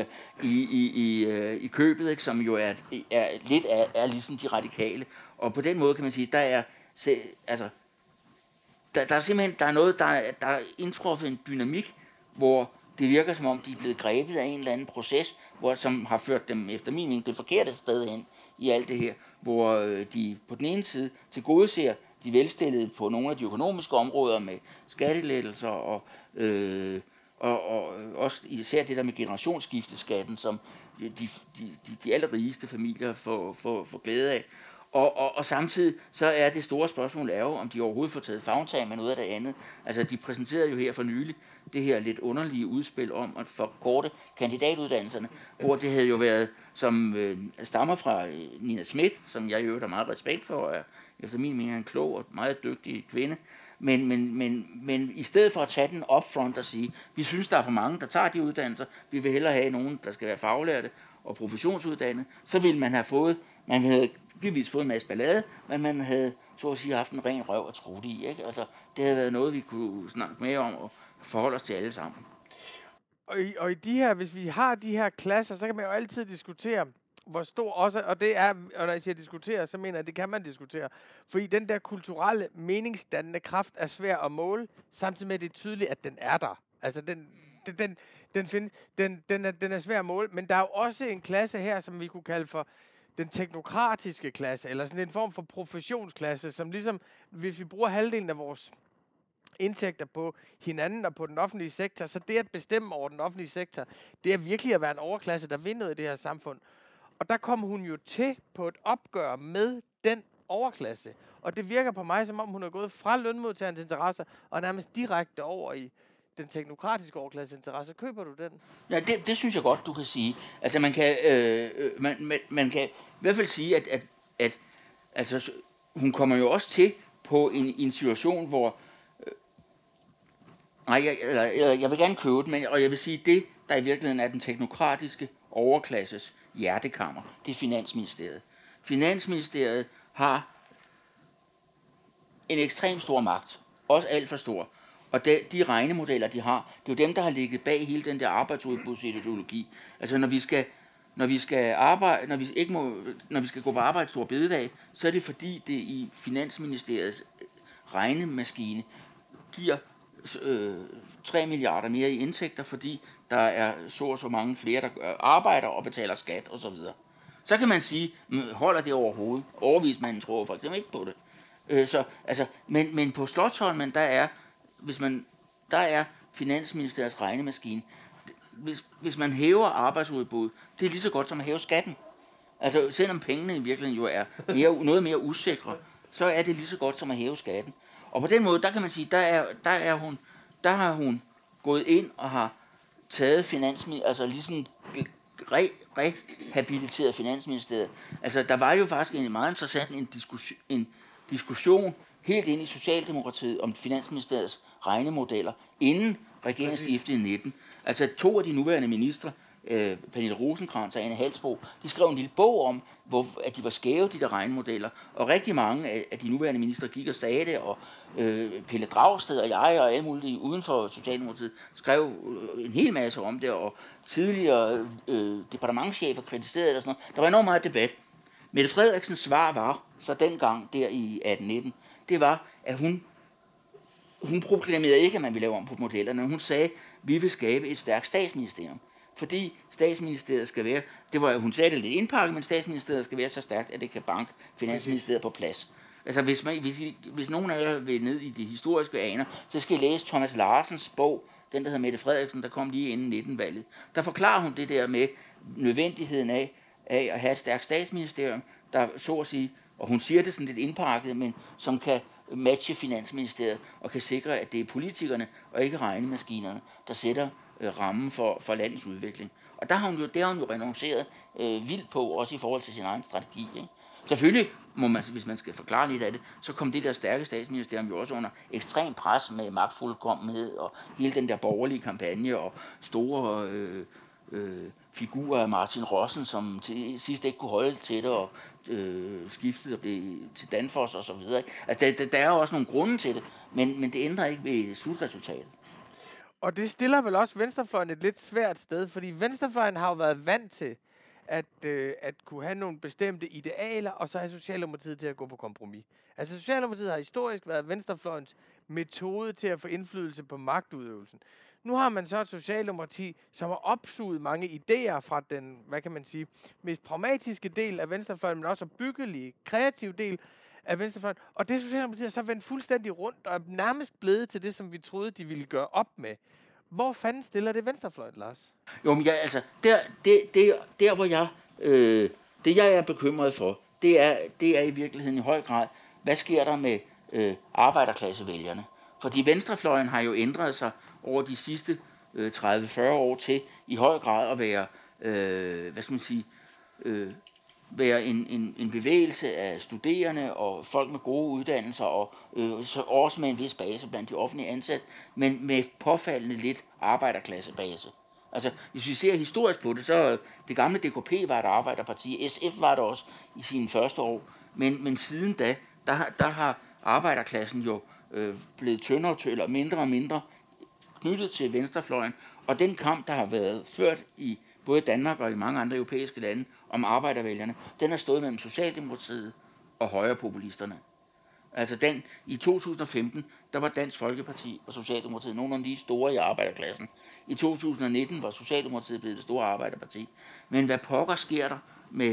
i købet, ikke, som jo er lidt er ligesom de radikale. Og på den måde kan man sige, der er simpelthen der er indtruffet en dynamik, hvor det virker som om, de er blevet grebet af en eller anden proces, som har ført dem efter min mening det forkerte sted hen i alt det her, hvor de på den ene side tilgodeser de velstillede på nogle af de økonomiske områder med skattelettelser og også især det der med generationsskifteskatten, som de allerrigeste familier får glæde af. Og samtidig så er det store spørgsmål er jo, om de overhovedet får taget favntag med noget af det andet. Altså de præsenterede jo her for nylig det her lidt underlige udspil om at forkorte kandidatuddannelserne, hvor det havde jo været, som stammer fra Nina Schmidt, som jeg jo har meget respekt for, og efter min mening er en klog og meget dygtig kvinde. Men i stedet for at tage den upfront og sige, vi synes, der er for mange, der tager de uddannelser, vi vil hellere have nogen, der skal være faglærte og professionsuddannede, så ville man havde givetvis fået en masse ballade, men man havde så at sige haft en ren røv at trutte i. Ikke? Altså, det havde været noget, vi kunne snakke mere om og forholde os til alle sammen. Og i de her, hvis vi har de her klasser, så kan man jo altid diskutere, hvor stor også, og det er, og når jeg siger diskutere, så mener jeg, at det kan man diskutere. Fordi den der kulturelle, meningsdannende kraft er svær at måle, samtidig med, at det er tydeligt, at den er der. Altså, den er svær at måle, men der er jo også en klasse her, som vi kunne kalde for den teknokratiske klasse, eller sådan en form for professionsklasse, som ligesom, hvis vi bruger halvdelen af vores indtægter på hinanden og på den offentlige sektor, så det at bestemme over den offentlige sektor, det er virkelig at være en overklasse, der vinder i det her samfund. Og der kom hun jo til på et opgør med den overklasse. Og det virker på mig, som om hun er gået fra lønmodtagernes interesser og nærmest direkte over i den teknokratiske overklasse interesse. Køber du den? Ja, det synes jeg godt, du kan sige. Altså man kan i hvert fald sige, at altså, hun kommer jo også til på en situation, hvor jeg vil gerne købe den, og jeg vil sige, det, der i virkeligheden er den teknokratiske overklasses hjertekammer, det er Finansministeriet. Finansministeriet har en ekstremt stor magt, også alt for stor. Og de regnemodeller, de har, det er jo dem, der har ligget bag hele den der arbejdsudbudsideologi. Altså når vi skal gå på arbejde store bededag, så er det fordi det i Finansministeriets regnemaskine giver 3 milliarder mere i indtægter, fordi der er så og så mange flere, der arbejder og betaler skat osv. Så kan man sige, holder det overhovedet? Overvismanden tror for eksempel ikke på det. Men på Slotsholmen, der er Finansministeriets regnemaskine. Hvis man hæver arbejdsudbud, det er lige så godt som at hæve skatten. Altså selvom pengene i virkeligheden jo er noget mere usikre, så er det lige så godt som at hæve skatten. Og på den måde, der kan man sige, der har hun gået ind og har taget altså ligesom rehabiliteret Finansministeriet. Altså der var jo faktisk en meget interessant en diskussion helt ind i Socialdemokratiet om Finansministeriets regnemodeller inden regeringsskiftet i 19. Altså 2 af de nuværende ministre, Pernille Rosenkrantz og Anne Halsbo, de skrev en lille bog om, at de var skæve, de der regnemodeller. Og rigtig mange af de nuværende ministre gik og sagde det, og Pelle Dragsted og jeg og alle mulige uden for Socialdemokratiet skrev en hel masse om det, og tidligere departementschefer kritiserede det og sådan noget. Der var enormt meget debat. Mette Frederiksens svar var, så dengang der i 1819, det var, at hun proklamerede ikke, at man ville lave om på modellerne. Hun sagde, at vi vil skabe et stærkt statsministerium. Fordi statsministeriet skal være, hun sagde det lidt indpakket, men statsministeriet skal være så stærkt, at det kan banke finansministeriet på plads. Altså hvis nogen af jer vil ned i de historiske aner, så skal I læse Thomas Larsens bog, den der hedder Mette Frederiksen, der kom lige inden 19-valget. Der forklarer hun det der med nødvendigheden af at have et stærkt statsministerium, der så at sige, og hun siger det sådan lidt indpakket, men som kan matche Finansministeriet og kan sikre, at det er politikerne og ikke regnemaskinerne, der sætter rammen for landets udvikling. Og det har hun jo renonceret vildt på, også i forhold til sin egen strategi. Ikke? Selvfølgelig må man, hvis man skal forklare lidt af det, så kom det der stærke statsministerium jo også under ekstrem pres med magtfuldkommenhed og hele den der borgerlige kampagne og store figurer af Martin Rossen, som til sidst ikke kunne holde til det og skiftede og blev til Danfoss og så videre. Altså der er jo også nogle grunde til det, men det ændrer ikke ved slutresultatet. Og det stiller vel også venstrefløjen et lidt svært sted, fordi venstrefløjen har jo været vant til at kunne have nogle bestemte idealer, og så have Socialdemokratiet til at gå på kompromis. Altså Socialdemokratiet har historisk været venstrefløjens metode til at få indflydelse på magtudøvelsen. Nu har man så et Socialdemokrati, som har opsuget mange idéer fra den, hvad kan man sige, mest pragmatiske del af venstrefløjen, men også byggelige, kreative del af venstrefløjen. Og det Socialdemokratiet er så vendt fuldstændig rundt og er nærmest blevet til det, som vi troede, de ville gøre op med. Hvor fanden stiller det venstrefløjen, Lars? Jo, men altså, der hvor det jeg er bekymret for, det er i virkeligheden i høj grad, hvad sker der med arbejderklassevælgerne? Fordi venstrefløjen har jo ændret sig over de sidste 30-40 år til i høj grad at være, være en bevægelse af studerende og folk med gode uddannelser og så også med en vis base blandt de offentlige ansatte, men med påfaldende lidt arbejderklassebase. Altså, hvis vi ser historisk på det, så det gamle DKP var et arbejderparti, SF var det også i sine første år, men siden da, der har arbejderklassen jo blevet tyndere eller mindre og mindre knyttet til venstrefløjen, og den kamp, der har været ført i både Danmark og i mange andre europæiske lande om arbejdervælgerne, den har stået mellem Socialdemokratiet og højrepopulisterne. Altså i 2015, der var Dansk Folkeparti og Socialdemokratiet nogle af de store i arbejderklassen. I 2019 var Socialdemokratiet blevet det store arbejderparti. Men hvad pokker sker der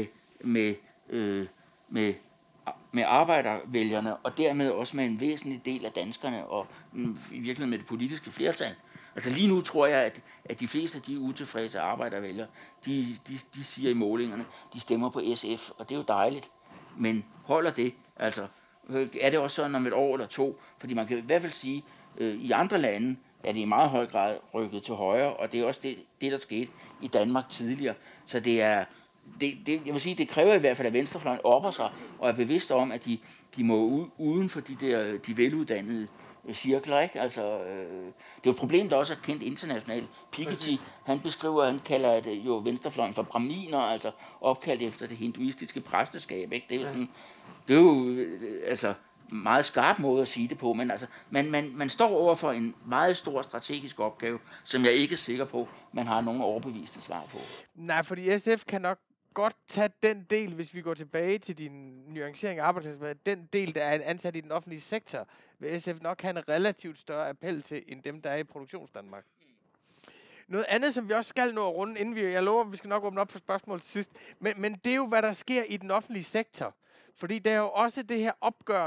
med arbejdervælgerne, og dermed også med en væsentlig del af danskerne, og i virkeligheden med det politiske flertal? Altså lige nu tror jeg, at de fleste af de utilfredse arbejdervælgere, de siger i målingerne, de stemmer på SF, og det er jo dejligt. Men holder det? Altså, er det også sådan om et år eller to? Fordi man kan i hvert fald sige, i andre lande er det i meget høj grad rykket til højre, og det er også det der skete i Danmark tidligere. Så jeg vil sige, det kræver i hvert fald, at venstrefløjen opper sig og er bevidst om, at de må uden for de veluddannede cirkler, ikke? Altså, det er jo et problem, der også er kendt internationalt. Piketty, han kalder det jo venstrefløjen for braminer, altså opkaldt efter det hinduistiske præsteskab, ikke? Det er jo altså meget skarp måde at sige det på, men altså, man står over for en meget stor strategisk opgave, som jeg ikke er sikker på, man har nogen overbeviste svar på. Nej, fordi SF kan nok godt tage den del, hvis vi går tilbage til din nuancering af arbejdsplads, den del, der er ansat i den offentlige sektor, vil SF nok have en relativt større appel til, end dem, der er i Produktionsdanmark. Noget andet, som vi også skal nå at runde, inden jeg lover, vi skal nok åbne op for spørgsmål til sidst, men det er jo, hvad der sker i den offentlige sektor. Fordi der er jo også det her opgør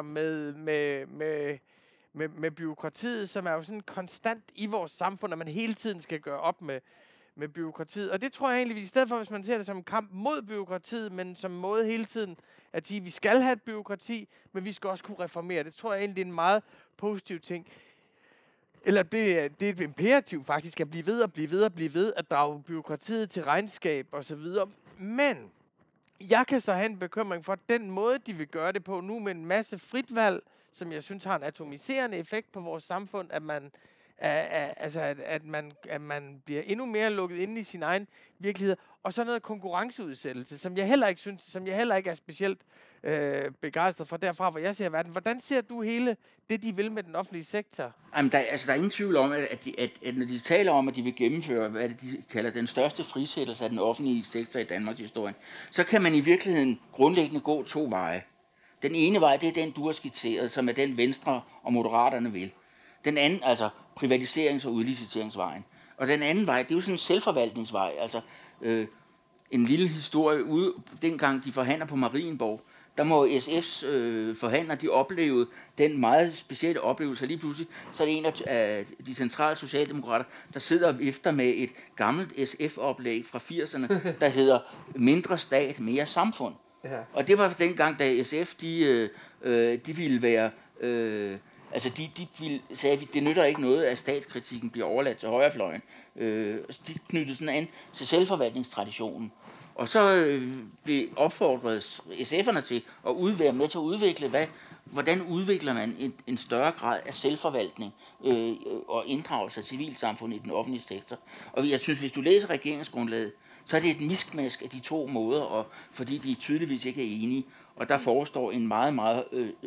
med byråkratiet, som er jo sådan konstant i vores samfund, at man hele tiden skal gøre op med byråkratiet. Og det tror jeg egentlig, i stedet for, hvis man ser det som en kamp mod byråkratiet, men som måde hele tiden at sige, at vi skal have et byråkrati, men vi skal også kunne reformere. Det tror jeg egentlig, det er en meget positiv ting. Eller det er et imperativ faktisk, at blive ved, at drage byråkratiet til regnskab osv. Men jeg kan så have en bekymring for, den måde, de vil gøre det på nu med en masse frit valg, som jeg synes har en atomiserende effekt på vores samfund, Altså, at man bliver endnu mere lukket inde i sin egen virkelighed, og så noget konkurrenceudsættelse, som jeg heller ikke er specielt begejstret for derfra, hvor jeg ser verden. Hvordan ser du hele det, de vil med den offentlige sektor? Jamen, der er ingen tvivl om, at når de taler om, at de vil gennemføre, hvad det, de kalder den største frisættelse af den offentlige sektor i Danmarks historie, så kan man i virkeligheden grundlæggende gå 2 veje. Den ene vej, det er den, du har skitseret, som er den Venstre og Moderaterne vil. Den anden, altså privatiserings- og udliciteringsvejen. Og den anden vej, det er jo sådan en selvforvaltningsvej. Altså en lille historie ude, dengang de forhandler på Marienborg, der må SF's forhandlere, de oplevede den meget specielle oplevelse. Lige pludselig, så er det en af de centrale socialdemokrater, der sidder og vifter med et gammelt SF-oplæg fra 80'erne, der hedder mindre stat, mere samfund. Ja. Og det var dengang, da SF, de ville være... Altså, de sagde, at det nytter ikke noget, at statskritikken bliver overladt til højrefløjen. De knyttede sådan an til selvforvaltningstraditionen. Og så blev opfordret SF'erne til at være med til at udvikle, hvordan udvikler man en større grad af selvforvaltning og inddragelse af civilsamfundet i den offentlige sektor. Og jeg synes, hvis du læser regeringsgrundlaget, så er det et miskmask af de 2 måder, fordi de tydeligvis ikke er enige. Og der forestår en meget, meget...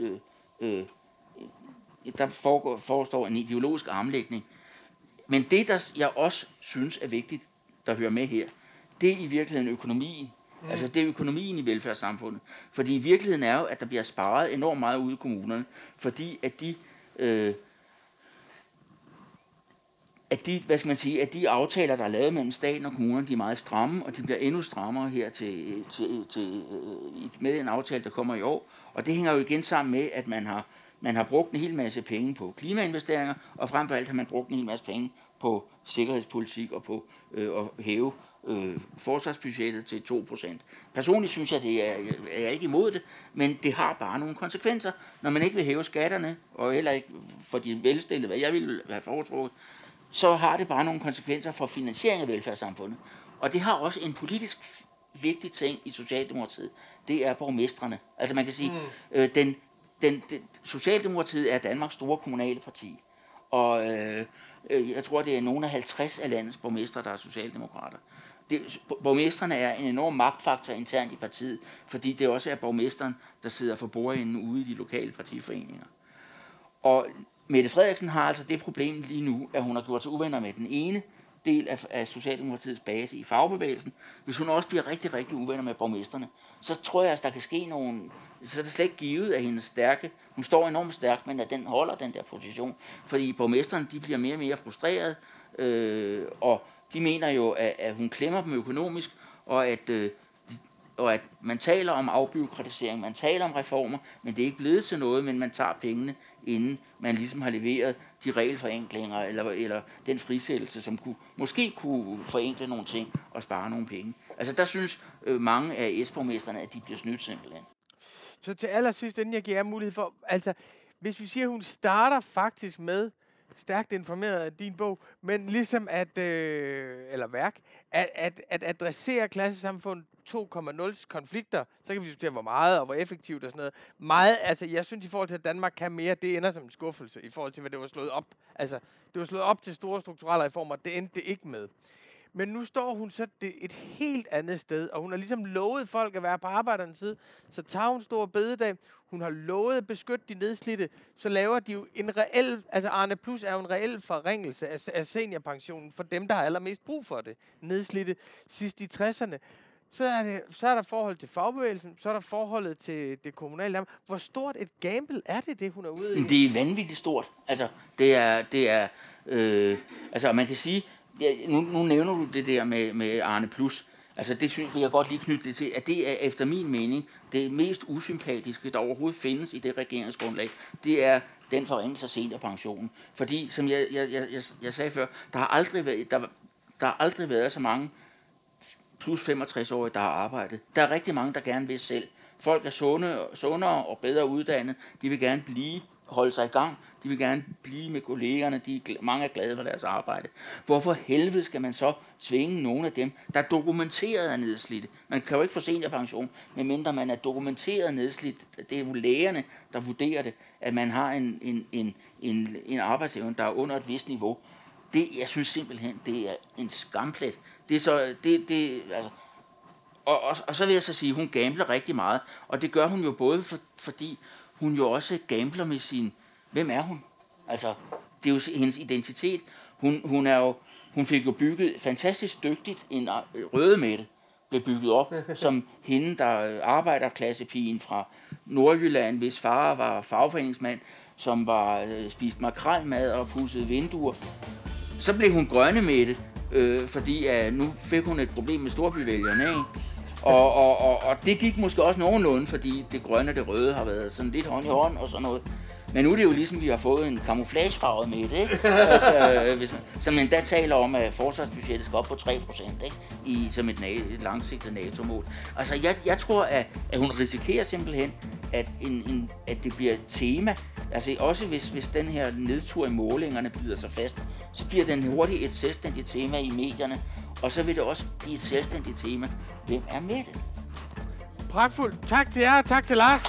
der forestår en ideologisk armlægning. Men det, der jeg også synes er vigtigt, der hører med her, det er i virkeligheden økonomien. Altså det er økonomien i velfærdssamfundet. Fordi i virkeligheden er jo, at der bliver sparet enormt meget ude i kommunerne, fordi at de aftaler, der er lavet mellem staten og kommunerne, de er meget stramme, og de bliver endnu strammere her med en aftale, der kommer i år. Og det hænger jo igen sammen med, at man har brugt en hel masse penge på klimainvesteringer, og frem for alt har man brugt en hel masse penge på sikkerhedspolitik og på at hæve forsvarsbudgettet til 2%. Personligt synes jeg, jeg er ikke imod det, men det har bare nogle konsekvenser, når man ikke vil hæve skatterne, og heller ikke for de velstillede, hvad jeg ville have foretrukket, så har det bare nogle konsekvenser for finansiering af velfærdssamfundet. Og det har også en politisk vigtig ting i Socialdemokratiet, det er borgmestrene. Altså man kan sige, Socialdemokratiet er Danmarks store kommunale parti, og jeg tror, det er nogle af 50 af landets borgmestre, der er socialdemokrater. Borgmestrene er en enorm magtfaktor internt i partiet, fordi det også er borgmesteren, der sidder for bordenden ude i de lokale partiforeninger. Og Mette Frederiksen har altså det problem lige nu, at hun har gjort sig uvenner med den ene del af Socialdemokratiets base i fagbevægelsen. Hvis hun også bliver rigtig, rigtig uvenner med borgmesterne, så tror jeg, at der kan ske nogle... Så er det slet ikke givet af hendes stærke. Hun står enormt stærkt, men at den holder den der position. Fordi borgmesterne, de bliver mere og mere frustreret, og de mener jo, at hun klemmer dem økonomisk, og at man taler om afbureaukratisering, man taler om reformer, men det er ikke blevet til noget, men man tager pengene, inden man ligesom har leveret de regelforenklinger, eller den frisættelse, som måske kunne forenkle nogle ting og spare nogle penge. Altså der synes mange af S-borgmesterne, at de bliver snydt simpelthen. Så til allersidst, inden jeg giver jer mulighed for, altså hvis vi siger, at hun starter faktisk med stærkt informeret af din bog, men ligesom eller værk, at adressere klassesamfund 2.0's konflikter, så kan vi diskutere, hvor meget og hvor effektivt og sådan noget. Meget, altså jeg synes i forhold til, at Danmark kan mere, det ender som en skuffelse i forhold til, hvad det var slået op. Altså, det var slået op til store strukturelle reformer, det endte det ikke med. Men nu står hun så et helt andet sted, og hun har ligesom lovet folk at være på arbejdernes side. Så tager hun stor bededag. Hun har lovet at beskytte de nedslidte. Så laver de jo en reel... Altså Arne Plus er jo en reel forringelse af seniorpensionen for dem, der har allermest brug for det. Nedslidte sidst i 60'erne. Så er der forhold til fagbevægelsen, så er der forholdet til det kommunale. Hvor stort et gamble er det hun er ude i? Det er vanvittigt stort. Altså, altså man kan sige... Nu nævner du det der med Arne Plus. Altså det synes jeg godt lige knytte det til, at det er efter min mening det mest usympatiske, der overhovedet findes i det regeringsgrundlag. Det er den forringelse af seniorpensionen. Fordi, som jeg sagde før, der har aldrig været så mange plus 65-årige, der har arbejdet. Der er rigtig mange, der gerne vil selv. Folk er sundere og bedre uddannet. De vil gerne holde sig i gang. de vil gerne blive med kollegerne, mange er glade for deres arbejde. Hvorfor helvede skal man så tvinge nogle af dem, der er dokumenteret er nedslidte? Man kan jo ikke få seniorpension, medmindre man er dokumenteret nedslidt. Det er jo lægerne, der vurderer det, at man har en arbejdsevne, der er under et vist niveau. Det, jeg synes simpelthen, det er en skamplet. Det er så, altså, og så vil jeg så sige, at hun gambler rigtig meget, og det gør hun jo både fordi hun jo også gambler med sin, hvem er hun? Altså, det er jo hendes identitet. Hun fik jo bygget fantastisk dygtigt en Rødemette, blev bygget op som hende, der arbejderklassepigen fra Nordjylland, hvis far var fagforeningsmand, som var spist makrelmad og pudsede vinduer. Så blev hun Grønnemette, fordi nu fik hun et problem med storbyvælgerne, ikke? Og det gik måske også nogenlunde, fordi det grønne og det røde har været sådan lidt hånd i hånd og sådan noget. Men nu er det jo ligesom, vi har fået en camouflagefarvet med det, ikke? Altså, som endda taler om, at forsvarsbudgettet skal op på 3%, ikke? Som et langsigtet NATO-mål. Altså, jeg tror, at hun risikerer simpelthen, at det bliver et tema. Altså, også hvis den her nedtur i målingerne bider sig fast, så bliver den hurtigt et selvstændigt tema i medierne. Og så vil det også blive et selvstændigt tema. Hvem er med det? Pragtfuldt. Tak til jer, og tak til Lars.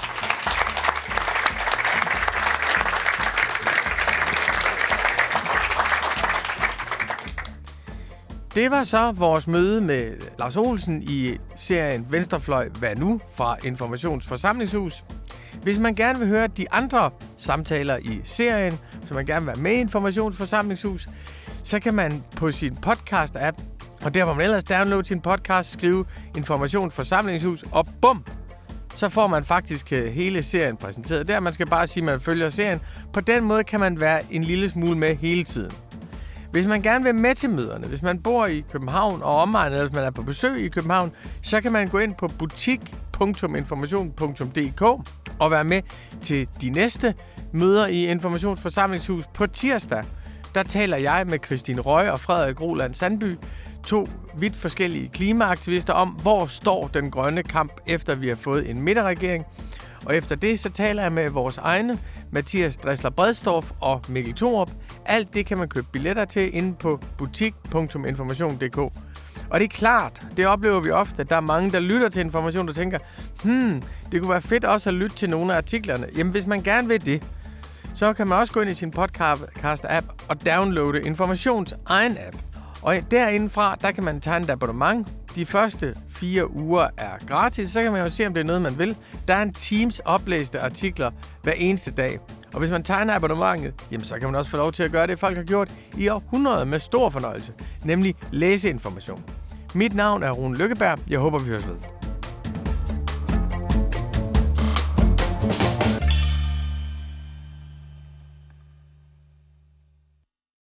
Det var så vores møde med Lars Olsen i serien Venstrefløj Hvad Nu? Fra Informationsforsamlingshus. Hvis man gerne vil høre de andre samtaler i serien, så man gerne vil være med i Informationsforsamlingshus, så kan man på sin podcast-app, og der hvor man ellers downloader sin podcast, skrive Informationsforsamlingshus, og bum! Så får man faktisk hele serien præsenteret. Der man skal bare sige, at man følger serien. På den måde kan man være en lille smule med hele tiden. Hvis man gerne vil med til møderne, hvis man bor i København og omegn, eller hvis man er på besøg i København, så kan man gå ind på butik.information.dk og være med til de næste møder i Informationsforsamlingshus på tirsdag. Der taler jeg med Christine Røg og Frederik Roland Sandby, to vidt forskellige klimaaktivister, om hvor står den grønne kamp, efter vi har fået en midterregering. Og efter det, så taler jeg med vores egne, Mathias Dressler Bredstorff og Mikkel Thorup. Alt det kan man købe billetter til inde på butik.information.dk. Og det er klart, det oplever vi ofte, at der er mange, der lytter til Information, der tænker, det kunne være fedt også at lytte til nogle af artiklerne. Jamen, hvis man gerne vil det, så kan man også gå ind i sin podcast-app og downloade Informations egen app. Og derindefra, der kan man tegne et abonnement. De første 4 uger er gratis, så kan man jo se, om det er noget, man vil. Der er en Teams oplæste artikler hver eneste dag. Og hvis man tegner abonnementet, jamen så kan man også få lov til at gøre det, folk har gjort i århundreder med stor fornøjelse, nemlig læseinformation. Mit navn er Rune Lykkeberg. Jeg håber, vi høres ved.